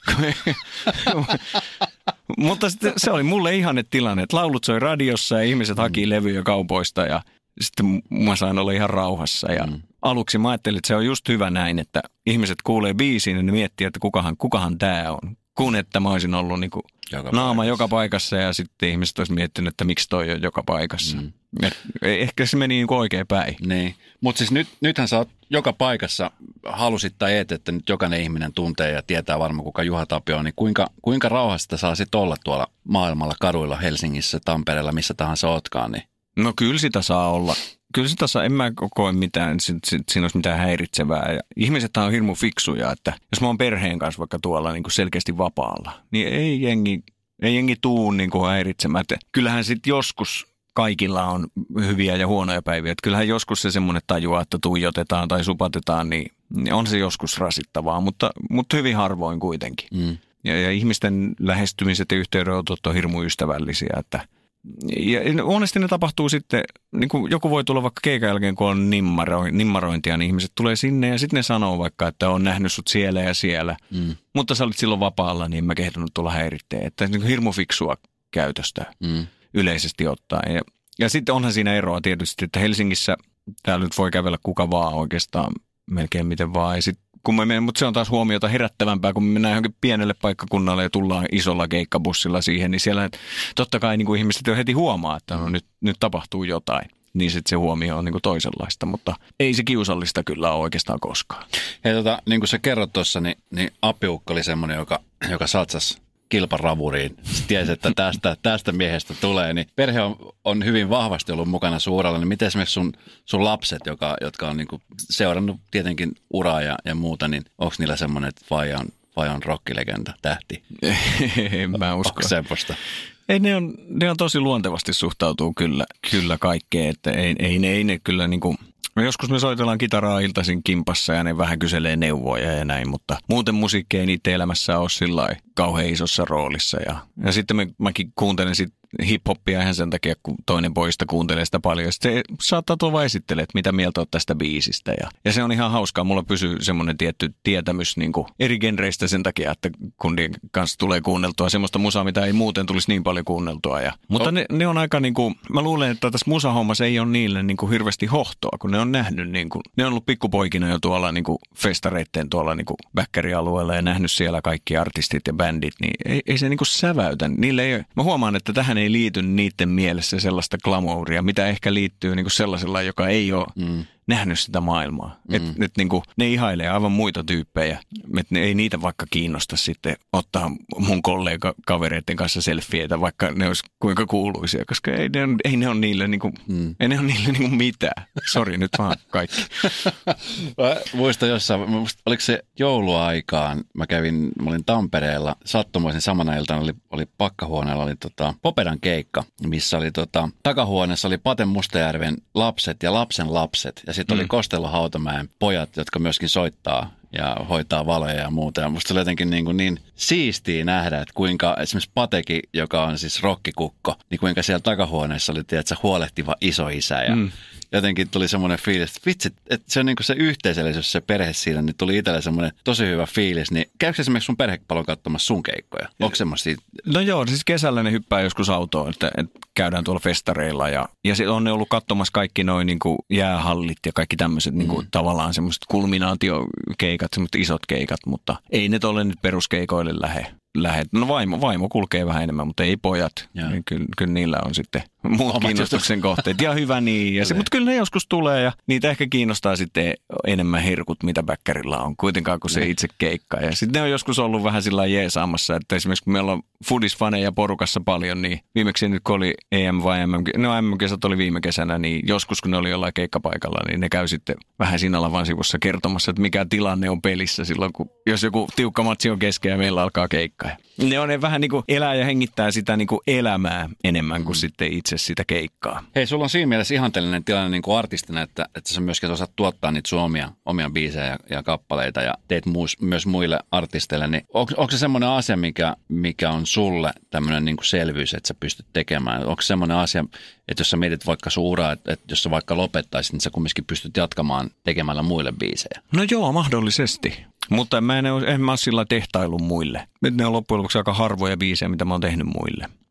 Mutta sitten se oli mulle ihanne tilanne, että laulut soi radiossa ja ihmiset haki levyjä kaupoista ja sitten mä sain olla ihan rauhassa ja mm. aluksi mä ajattelin, että se on just hyvä näin, että ihmiset kuulee biisiin ja ne miettii, että kukahan, kukahan tää on. kun että mä olisin ollut niin kuin joka naama paikassa. joka paikassa ja sitten ihmiset olisi miettinyt, että miksi toi on joka paikassa. Mm. Et, ehkä se meni niin kuin oikein päin. Niin, mutta siis nyt, nythän sä oot joka paikassa, halusit tai et, että nyt jokainen ihminen tuntee ja tietää varmaan kuka Juha Tapio on, niin kuinka, kuinka rauhasta saa sitten olla tuolla maailmalla, kaduilla, Helsingissä, Tampereella, missä tahansa ootkaan? Niin. No kyllä sitä saa olla. Kyllä sitä saa, en mä koe mitään, sit, sit, siinä olisi mitään häiritsevää. Ja ihmiset on hirmu fiksuja, että jos mä oon perheen kanssa vaikka tuolla niin kuin selkeästi vapaalla, niin ei jengi, ei jengi tuu niin kuin häiritsemään. Että kyllähän sitten joskus kaikilla on hyviä ja huonoja päiviä. Että kyllähän joskus se semmoinen tajuaa, että tuijotetaan tai supatetaan, niin, niin on se joskus rasittavaa, mutta, mutta hyvin harvoin kuitenkin. Mm. Ja, ja ihmisten lähestymiset ja yhteydenotot on hirmu ystävällisiä, että ja monesti ne tapahtuu sitten, niin kuin joku voi tulla vaikka keikan jälkeen, kun on nimmaro, nimmarointia, niin ihmiset tulee sinne ja sitten ne sanoo vaikka, että on nähnyt sut siellä ja siellä. Mm. Mutta sä olit silloin vapaalla, niin mä kehdannut tulla häiritteen. Että niin kuin hirmu fiksua käytöstä mm. yleisesti ottaen. Ja, ja sitten onhan siinä eroa tietysti, että Helsingissä täällä nyt voi kävellä kuka vaan oikeastaan melkein miten vaan. Ja sit, kun me menen, mutta se on taas huomiota herättävämpää, kun me mennään johonkin pienelle paikkakunnalle ja tullaan isolla keikkabussilla siihen, niin siellä totta kai niin kuin ihmiset jo heti huomaa, että no, nyt, nyt tapahtuu jotain. Niin sitten se huomio on niin kuin toisenlaista, mutta ei se kiusallista kyllä ole oikeastaan koskaan. Hei tota, niin kuin sä kerrot tuossa, niin, niin Apiukko oli semmoinen, joka, joka satsasi kilparavuriin. Sitten tiesi, että tästä, tästä miehestä tulee, niin perhe on, on hyvin vahvasti ollut mukana suurella. Niin miten esimerkiksi sun, sun lapset, joka, jotka on niin kuin seurannut tietenkin uraa ja, ja muuta, niin onko niillä semmoinen, että vaija on, vaija on rockilegenda, tähti? En mä usko. Onko semmoista? Ei, ne on, ne on tosi luontevasti suhtautuu kyllä, kyllä kaikkeen, että ei, ei, ne, ei ne kyllä niin kuin. Joskus me soitellaan kitaraa iltaisin kimpassa ja ne vähän kyselee neuvoja ja näin, mutta muuten musiikki ei niiden elämässä ole sillä kauhean isossa roolissa. Ja, ja sitten me, mäkin kuuntelen sit hip-hoppia ihan sen takia, kun toinen poista kuuntelee sitä paljon. Sitten se saattaa tulla vaan esittelee, että mitä mieltä olet tästä biisistä. Ja, ja se on ihan hauskaa. Mulla pysyy semmoinen tietty tietämys niin kuin eri genreistä sen takia, että kundien kanssa tulee kuunneltua semmoista musaa, mitä ei muuten tulisi niin paljon kuunneltua. Ja, mutta oh. ne, ne on aika, niin kuin, mä luulen, että tässä musahommassa ei ole niille niin kuin hirveästi hohtoa, kun ne on nähnyt, niin kuin, ne on ollut pikkupoikina jo tuolla niin kuin festareitten tuolla niin kuin väkkärialueella ja nähnyt siellä kaikki artistit ja bändit, niin ei, ei se niin kuin säväytä. Niille ei, mä huomaan, että tähän ei liity niiden mielessä sellaista glamouria, mitä ehkä liittyy niin kuin sellaisella, joka ei ole mm. nähnyt sitä maailmaa. Mm. Että et, niin kuin, ne ihailee aivan muita tyyppejä, että ne ei niitä vaikka kiinnosta sitten ottaa mun kollega kavereiden kanssa selfieitä, vaikka ne olisi kuinka kuuluisia, koska ei ne, on, ei ne ole niille, niin kuin, mm. ei ne ole niille niin kuin mitään. Sori, nyt vaan kaikki. Mä muistan jossain, oliko se jouluaikaan, mä kävin, mä olin Tampereella, sattumoisin samana iltana oli, oli pakkahuoneella, oli tota, Popedan keikka, missä oli tota, takahuoneessa oli Pate Mustajärven lapset ja lapsen lapset, ja sitten mm. oli Kostello Hautamäen pojat, jotka myöskin soittaa ja hoitaa valoja ja muuta. Ja musta oli jotenkin niin, kuin niin siistiä nähdä, että kuinka esimerkiksi Patekin, joka on siis rokkikukko, niin kuinka siellä takahuoneessa oli tiedätkö, huolehtiva isoisä ja mm. jotenkin tuli semmoinen fiilis, että vitsi, että se on niin kuin se yhteisöllisyys, se perhe siinä, niin tuli itselle semmoinen tosi hyvä fiilis. Niin käykö esimerkiksi sun perhe paljon katsomassa sun keikkoja? Onko semmoisia? No joo, siis kesällä ne hyppää joskus autoon, että, että käydään tuolla festareilla ja, ja sitten on ne ollut katsomassa kaikki noin niin kuin jäähallit ja kaikki tämmöiset mm. niin kuin tavallaan semmoiset kulminaatiokeikat, semmoiset isot keikat, mutta ei ne ole nyt peruskeikoille lähe. Lähet. No vaimo, vaimo kulkee vähän enemmän, mutta ei pojat. Niin kyllä, kyllä niillä on sitten muut omat kiinnostuksen kohteet. Ja hyvä niin. Ja se, mutta kyllä ne joskus tulee ja niitä ehkä kiinnostaa sitten enemmän herkut, mitä bäkkärillä on. Kuitenkaan kuin se ne. Itse keikka. Ja sitten ne on joskus ollut vähän sillä lailla jeesaamassa, että esimerkiksi kun meillä on foodisfaneja porukassa paljon, niin viimeksi nyt kun oli E M vai M M, no M M-kesät oli viime kesänä, niin joskus kun ne oli jollain keikkapaikalla, niin ne käy sitten vähän siinä lavan sivussa kertomassa, että mikä tilanne on pelissä silloin, kun jos joku tiukka matsi on kesken ja meillä alkaa keikka. Ne on ne vähän niin kuin elää ja hengittää sitä niin kuin elämää enemmän kuin mm. sitten itse sitä keikkaa. Hei, sulla on siinä mielessä ihanteellinen tilanne niin kuin artistina, että, että sä myöskin osaat tuottaa niitä sun omia, omia biisejä ja, ja kappaleita ja teet muus, myös muille artisteille. Niin onko, onko se semmoinen asia, mikä, mikä on sulle tämmöinen niin kuin selvyys, että sä pystyt tekemään? Onko se semmoinen asia, että jos sä mietit vaikka sun uraa, että, että jos sä vaikka lopettaisit, niin sä kumminkin pystyt jatkamaan tekemällä muille biisejä? No joo, mahdollisesti. Mutta mä en, en mä ole sillä tehtailun muille. Ne on loppujen lopuksi aika harvoja biisejä, mitä mä oon tehnyt muille.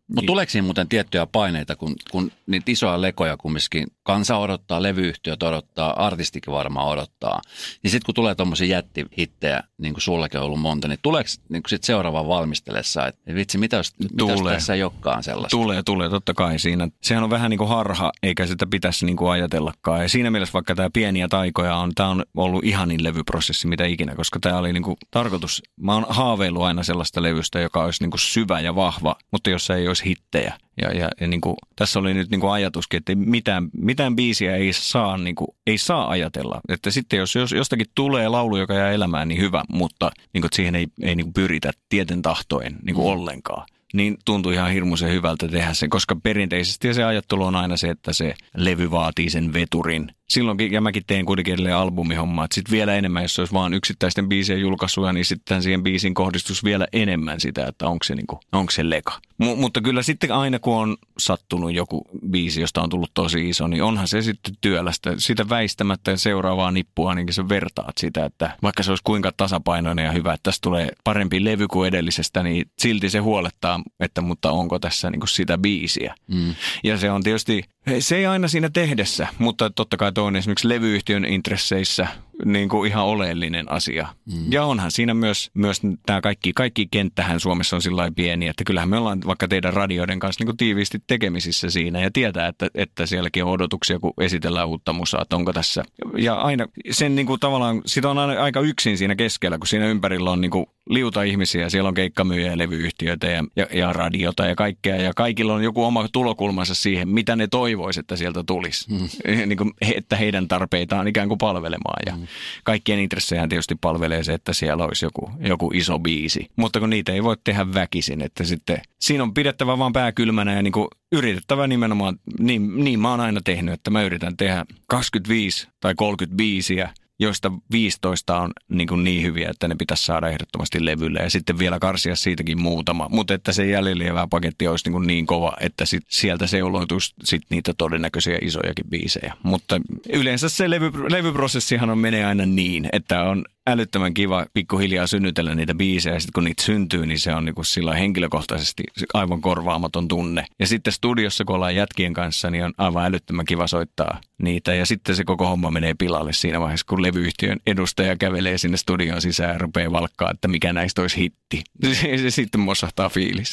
Mutta tuleeko siinä muuten tiettyjä paineita, kun, kun niitä isoja lekoja kumminkin kansa odottaa, levyyhtiöt odottaa, artistikin varmaan odottaa. Niin sitten kun tulee tommosia jättihittejä, niin kuin sullakin on ollut monta, niin tuleeko niin sit seuraavaan valmistelessa, että vitsi, mitä jos, mitä jos tässä ei olekaan sellaista? Tulee, tulee, totta kai siinä. Sehän on vähän niin kuin harha, eikä sitä pitäisi niin kuin ajatellakaan. Ja siinä mielessä vaikka tämä Pieniä taikoja on, tämä on ollut ihanin levyprosessi mitä ikinä, koska tämä oli niin kuin tarkoitus. Mä oon haaveillut aina sellaista levystä, joka olisi niin kuin syvä ja vahva, mutta jossa ei olisi hittejä. Ja, ja, ja niin kuin, tässä oli nyt niin kuin ajatuskin, että mitään, mitään biisiä ei saa, niin kuin, ei saa ajatella. Että sitten jos, jos jostakin tulee laulu, joka jää elämään, niin hyvä, mutta niin kuin, siihen ei, ei niin kuin pyritä tieten tahtoen niin kuin mm. ollenkaan. Niin tuntuu ihan hirmuisen hyvältä tehdä se, koska perinteisesti se ajattelu on aina se, että se levy vaatii sen veturin. Silloinkin, ja mäkin tein kuitenkin edelleen albumihommaa, että sitten vielä enemmän, jos olisi vaan yksittäisten biisien julkaisuja, niin sitten siihen biisin kohdistus vielä enemmän sitä, että onko se, niinku, onko se leka. M- mutta kyllä sitten aina, kun on sattunut joku biisi, josta on tullut tosi iso, niin onhan se sitten työlästä. Sitä väistämättä seuraavaa nippua, niin sä vertaat sitä, että vaikka se olisi kuinka tasapainoinen ja hyvä, että tästä tulee parempi levy kuin edellisestä, niin silti se huolettaa, että mutta onko tässä niinku sitä biisiä. Mm. Ja se on tietysti, se ei aina siinä tehdessä, mutta totta kai toi on esimerkiksi levyyhtiön intresseissä niin kuin ihan oleellinen asia. Mm. Ja onhan siinä myös, myös tämä kaikki, kaikki kenttähän Suomessa on sillä lailla pieni, että kyllähän me ollaan vaikka teidän radioiden kanssa niin kuin tiiviisti tekemisissä siinä ja tietää, että, että sielläkin on odotuksia, kun esitellään uutta musaa, että onko tässä. Ja aina sen niin kuin tavallaan, sitä on aina aika yksin siinä keskellä, kun siinä ympärillä on niin kuin liuta ihmisiä, siellä on keikkamyyjä ja levyyhtiöitä ja, ja, ja radiota ja kaikkea ja kaikilla on joku oma tulokulmansa siihen, mitä ne toivoisi, että sieltä tulisi. Mm. Niin kuin, että heidän tarpeitaan ikään kuin palvelemaan ja mm. kaikkien intressejähän tietysti palvelee se, että siellä olisi joku, joku iso biisi. Mutta kun niitä ei voi tehdä väkisin, että sitten siinä on pidettävä vaan pää kylmänä ja niin kuin yritettävä nimenomaan, niin, niin mä oon aina tehnyt, että mä yritän tehdä kaksikymmentäviisi tai kolmekymmentä biisiä, joista viisitoista on niin, kuin niin hyviä, että ne pitäisi saada ehdottomasti levylle ja sitten vielä karsia siitäkin muutama. Mutta että se jäljellä jäävä paketti olisi niin, kuin niin kova, että sit sieltä seuloituisi sit niitä todennäköisiä isojakin biisejä. Mutta yleensä se levy, levyprosessihan on, menee aina niin, että on älyttömän kiva pikkuhiljaa synnytellä niitä biisejä ja sitten kun niitä syntyy, niin se on niin kuin sillä henkilökohtaisesti aivan korvaamaton tunne. Ja sitten studiossa, kun ollaan jätkien kanssa, niin on aivan älyttömän kiva soittaa niitä ja sitten se koko homma menee pilalle siinä vaiheessa, kun levyyhtiön edustaja kävelee sinne studion sisään ja rupeaa valkkaa, että mikä näistä olisi hitti. Se, se sitten mossahtaa fiilis.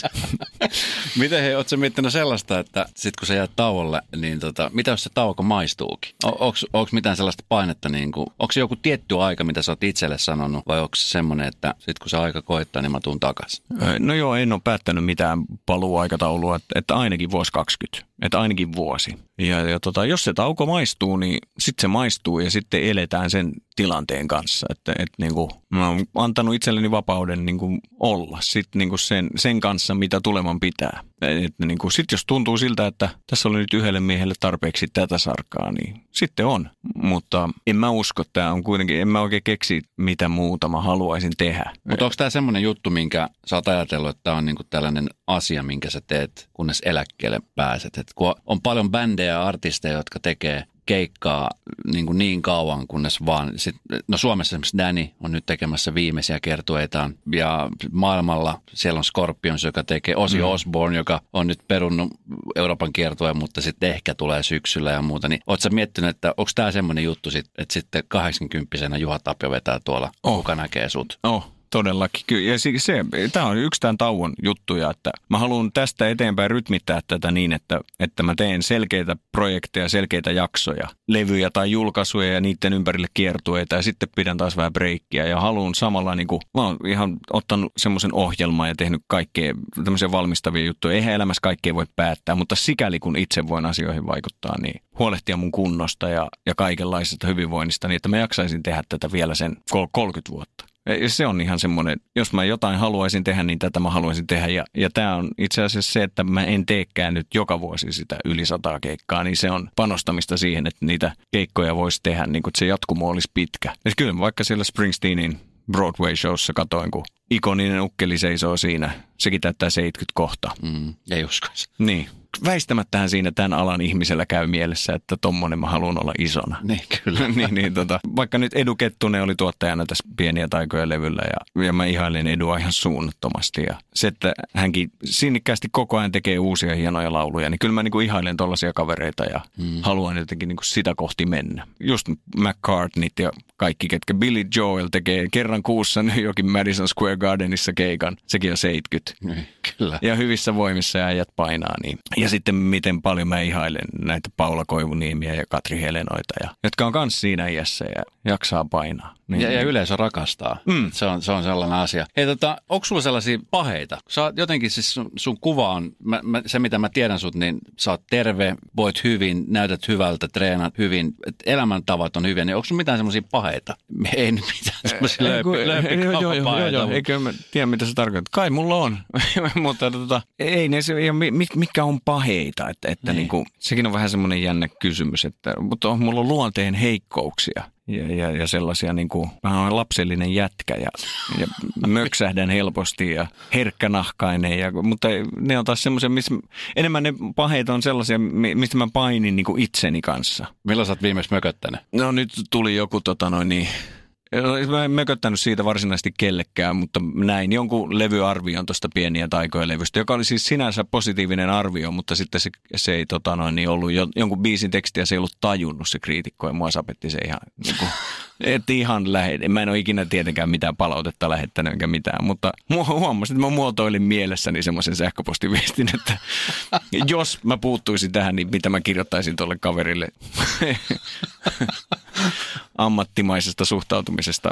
Miten hei, ootko sä miettinyt sellaista, että sit kun sä jäät tauolle, niin tota, mitä jos se tauko maistuukin? O, onko mitään sellaista painetta, niin kuin, onko se joku tietty aika, mitä sä oot itselle sanonut, vai onko se semmoinen, että sit kun se aika koittaa, niin mä tuun takaisin? No joo, en ole päättänyt mitään paluuaikataulua, että, että ainakin vuosi kaksikymmentä, että ainakin vuosi. Ja, ja tota, jos se tauko maistuu, niin sitten se maistuu ja sitten eletään sen tilanteen kanssa. Että et, niinku, mä oon antanut itselleni vapauden niinku, olla sit, niinku, sen, sen kanssa, mitä tuleman pitää. Niinku, sitten jos tuntuu siltä, että tässä oli nyt yhdelle miehelle tarpeeksi tätä sarkaa, niin sitten on. Mutta en mä usko, että tämä on kuitenkin, en mä oikein keksi, mitä muuta mä haluaisin tehdä. Mutta onko tämä semmoinen juttu, minkä sä oot ajatellut, että tämä on niinku tällainen asia, minkä sä teet, kunnes eläkkeelle pääset? Et kun on paljon bändejä ja artisteja, jotka tekee keikkaa niin, kuin niin kauan, kunnes vaan, sit, no Suomessa esimerkiksi Danny on nyt tekemässä viimeisiä kertueitaan ja maailmalla siellä on Scorpions, joka tekee, Ozzy mm. Osbourne, joka on nyt perunnut Euroopan kiertueen, mutta sitten ehkä tulee syksyllä ja muuta, niin ootko sä miettinyt, että onko tämä semmoinen juttu, sit, että sitten kahdeksankymppisenä Juha Tapio vetää tuolla, oh. kuka näkee sut? Oh. Todellakin. Ja se, se, tämä on yksi tämän tauon juttuja, että mä haluan tästä eteenpäin rytmittää tätä niin, että, että mä teen selkeitä projekteja, selkeitä jaksoja, levyjä tai julkaisuja ja niiden ympärille kiertueita ja sitten pidän taas vähän breikkiä ja haluan samalla, niin kuin, mä oon ihan ottanut semmoisen ohjelman ja tehnyt kaikkea tämmöisiä valmistavia juttuja. Eihän elämässä kaikkea voi päättää, mutta sikäli kun itse voin asioihin vaikuttaa, niin huolehtia mun kunnosta ja, ja kaikenlaisesta hyvinvoinnista niin, että mä jaksaisin tehdä tätä vielä sen kolmekymmentä vuotta. Ja se on ihan semmoinen, jos mä jotain haluaisin tehdä, niin tätä mä haluaisin tehdä. Ja, ja tämä on itse asiassa se, että mä en teekään nyt joka vuosi sitä yli sataa keikkaa, niin se on panostamista siihen, että niitä keikkoja voisi tehdä, niin kuin se jatkumo olisi pitkä. Ja kyllä vaikka siellä Springsteenin Broadway-showssa katoin, kun ikoninen ukkeli seisoo siinä. Sekin täyttää seitsemänkymmentä kohta. Mm, ei uskoisi. Niin. väistämättähän siinä tämän alan ihmisellä käy mielessä, että tommonen mä haluan olla isona. Niin, kyllä. niin, niin, tota, vaikka nyt Edu Kettunen oli tuottajana tässä Pieniä taikoja levyllä ja, ja mä ihailen Edua ihan suunnattomasti. Ja se, että hänkin sinnikkäästi koko ajan tekee uusia hienoja lauluja, niin kyllä mä niinku ihailen tollaisia kavereita ja hmm. haluan jotenkin niinku sitä kohti mennä. Just McCartneyt ja kaikki, ketkä Billy Joel tekee kerran kuussa New Yorkin Madison Square Gardenissa keikan. Sekin on seitsemänkymmentä. Niin, kyllä. Ja hyvissä voimissa ja äijät painaa. Niin. Ja sitten miten paljon mä ihailen näitä Paula Koivuniemiä ja Katri Helenoita, ja, jotka on kans siinä iässä ja jaksaa painaa. Niin, ja, niin. ja yleisö rakastaa. Mm. Se, on, se on sellainen asia. Hei, tota, onko sulla sellaisia paheita? Sä oot jotenkin siis sun, sun kuva on, mä, mä, se mitä mä tiedän sut, niin sä oot terve, voit hyvin, näytät hyvältä, treenat hyvin, elämäntavat on hyviä. Niin onko sulla mitään semmoisia paheita? Ei nyt mitään semmoisia lööpikauppapaheita. Joo, eikö mä tiedä mitä se tarkoittaa. Kai mulla on, mutta tota, ei ne, se, mikä on paheita, että, että niin. Niinku, sekin on vähän semmoinen jännä kysymys, että, mutta on, mulla on luonteen heikkouksia. Ja, ja, ja sellaisia niin kuin, mä olen lapsellinen jätkä ja, ja möksähdän helposti ja herkkänahkainen, ja, mutta ne on taas semmoisia, missä enemmän ne paheita on sellaisia, mistä mä painin niin kuin itseni kanssa. Milloin sä oot viimeksi mököttänyt? No nyt tuli joku tota noin niin, mä en mököttänyt siitä varsinaisesti kellekään, mutta näin jonkun levyarvion tuosta Pieniä taikoja levystä, joka oli siis sinänsä positiivinen arvio, mutta sitten se, se ei tota noin, niin ollut jo, jonkun biisin tekstiä, se ei ollut tajunnut se kriitikko, ja mua sapetti se ihan, niin kuin, et ihan lähe. Mä en ole ikinä tietenkään mitään palautetta lähettänyt enkä mitään, mutta huomasin, että mä muotoilin mielessäni semmoisen sähköpostiviestin, että jos mä puuttuisin tähän, niin mitä mä kirjoittaisin tuolle kaverille ammattimaisesta suhtautumisesta.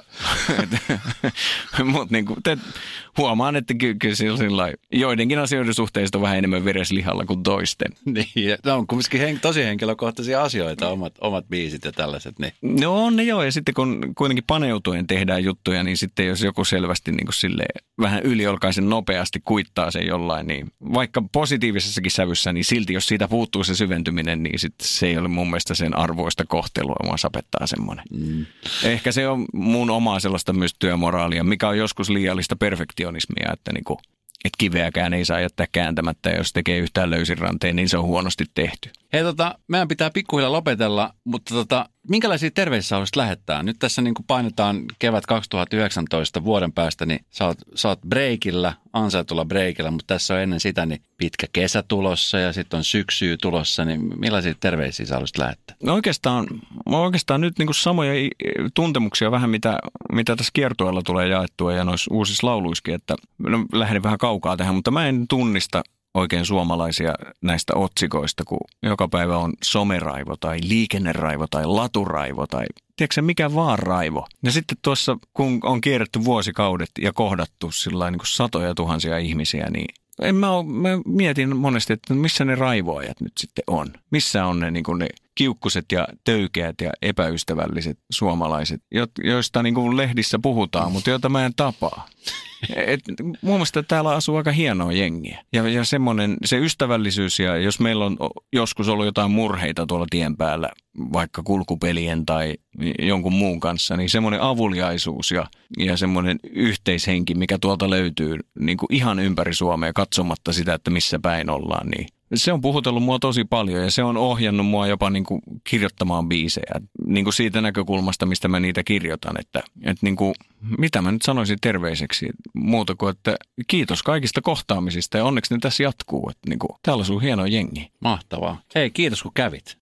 Mutta niin huomaan, että ky- kyllä sillä joidenkin asioiden suhteista on vähän enemmän vereslihalla kuin toisten. Niin, ne on kumminkin hen- tosi henkilökohtaisia asioita, omat, omat biisit ja tällaiset. Niin. No on ne joo, ja sitten kun kuitenkin paneutuen tehdään juttuja, niin sitten jos joku selvästi niin kuin silleen, vähän yliolkaisen nopeasti kuittaa sen jollain, niin vaikka positiivisessakin sävyssä, niin silti jos siitä puuttuu se syventyminen, niin sitten se ei ole mun mielestä sen arvoista kohtelua, mua sapettaa semmoinen. Mm. Ehkä se on mun omaa sellaista myös työmoraalia, mikä on joskus liiallista perfektionismia, että niinku, et kiveäkään ei saa jättää kääntämättä, ja jos tekee yhtään löysin ranteen, niin se on huonosti tehty. Hei, tota, meidän pitää pikkuhiljaa lopetella, mutta tota, minkälaisia terveisiä haluaisit lähettää? Nyt tässä niin kuin painetaan kevät kaksituhattayhdeksäntoista vuoden päästä, niin sä oot, sä oot breikillä, ansaitulla breikillä, mutta tässä on ennen sitä niin pitkä kesä tulossa ja sitten on syksyä tulossa, niin millaisia terveisiä sä haluaisit lähettää? No oikeastaan, oikeastaan nyt niin kuin samoja tuntemuksia vähän, mitä, mitä tässä kiertueella tulee jaettua ja noissa uusissa lauluissakin, että no, lähden vähän kaukaa tähän, mutta mä en tunnista oikein suomalaisia näistä otsikoista, kun joka päivä on someraivo tai liikenneraivo tai laturaivo tai tiedätkö mikä vaan raivo. Ja sitten tuossa, kun on kierretty vuosikaudet ja kohdattu sillain niin kuin satoja tuhansia ihmisiä, niin en mä, ole, mä mietin monesti, että missä ne raivoajat nyt sitten on. Missä on ne, niin kuin ne kiukkuset ja töykeät ja epäystävälliset suomalaiset, joista niin kuin lehdissä puhutaan, mutta joita mä en tapaa. Et, mun mielestä täällä asuu aika hienoa jengiä. Ja, ja semmoinen, se ystävällisyys, ja jos meillä on joskus ollut jotain murheita tuolla tien päällä, vaikka kulkupelien tai jonkun muun kanssa, niin semmoinen avuliaisuus ja, ja semmoinen yhteishenki, mikä tuolta löytyy niin kuin ihan ympäri Suomea katsomatta sitä, että missä päin ollaan, niin se on puhutellut mua tosi paljon ja se on ohjannut mua jopa niin kuin kirjoittamaan biisejä. Niin kuin siitä näkökulmasta, mistä mä niitä kirjoitan. Että, että niin kuin, mitä mä nyt sanoisin terveiseksi muuta kuin, että kiitos kaikista kohtaamisista ja onneksi ne tässä jatkuu. Että niin kuin, täällä on sun hieno jengi. Mahtavaa. Hei, kiitos kun kävit.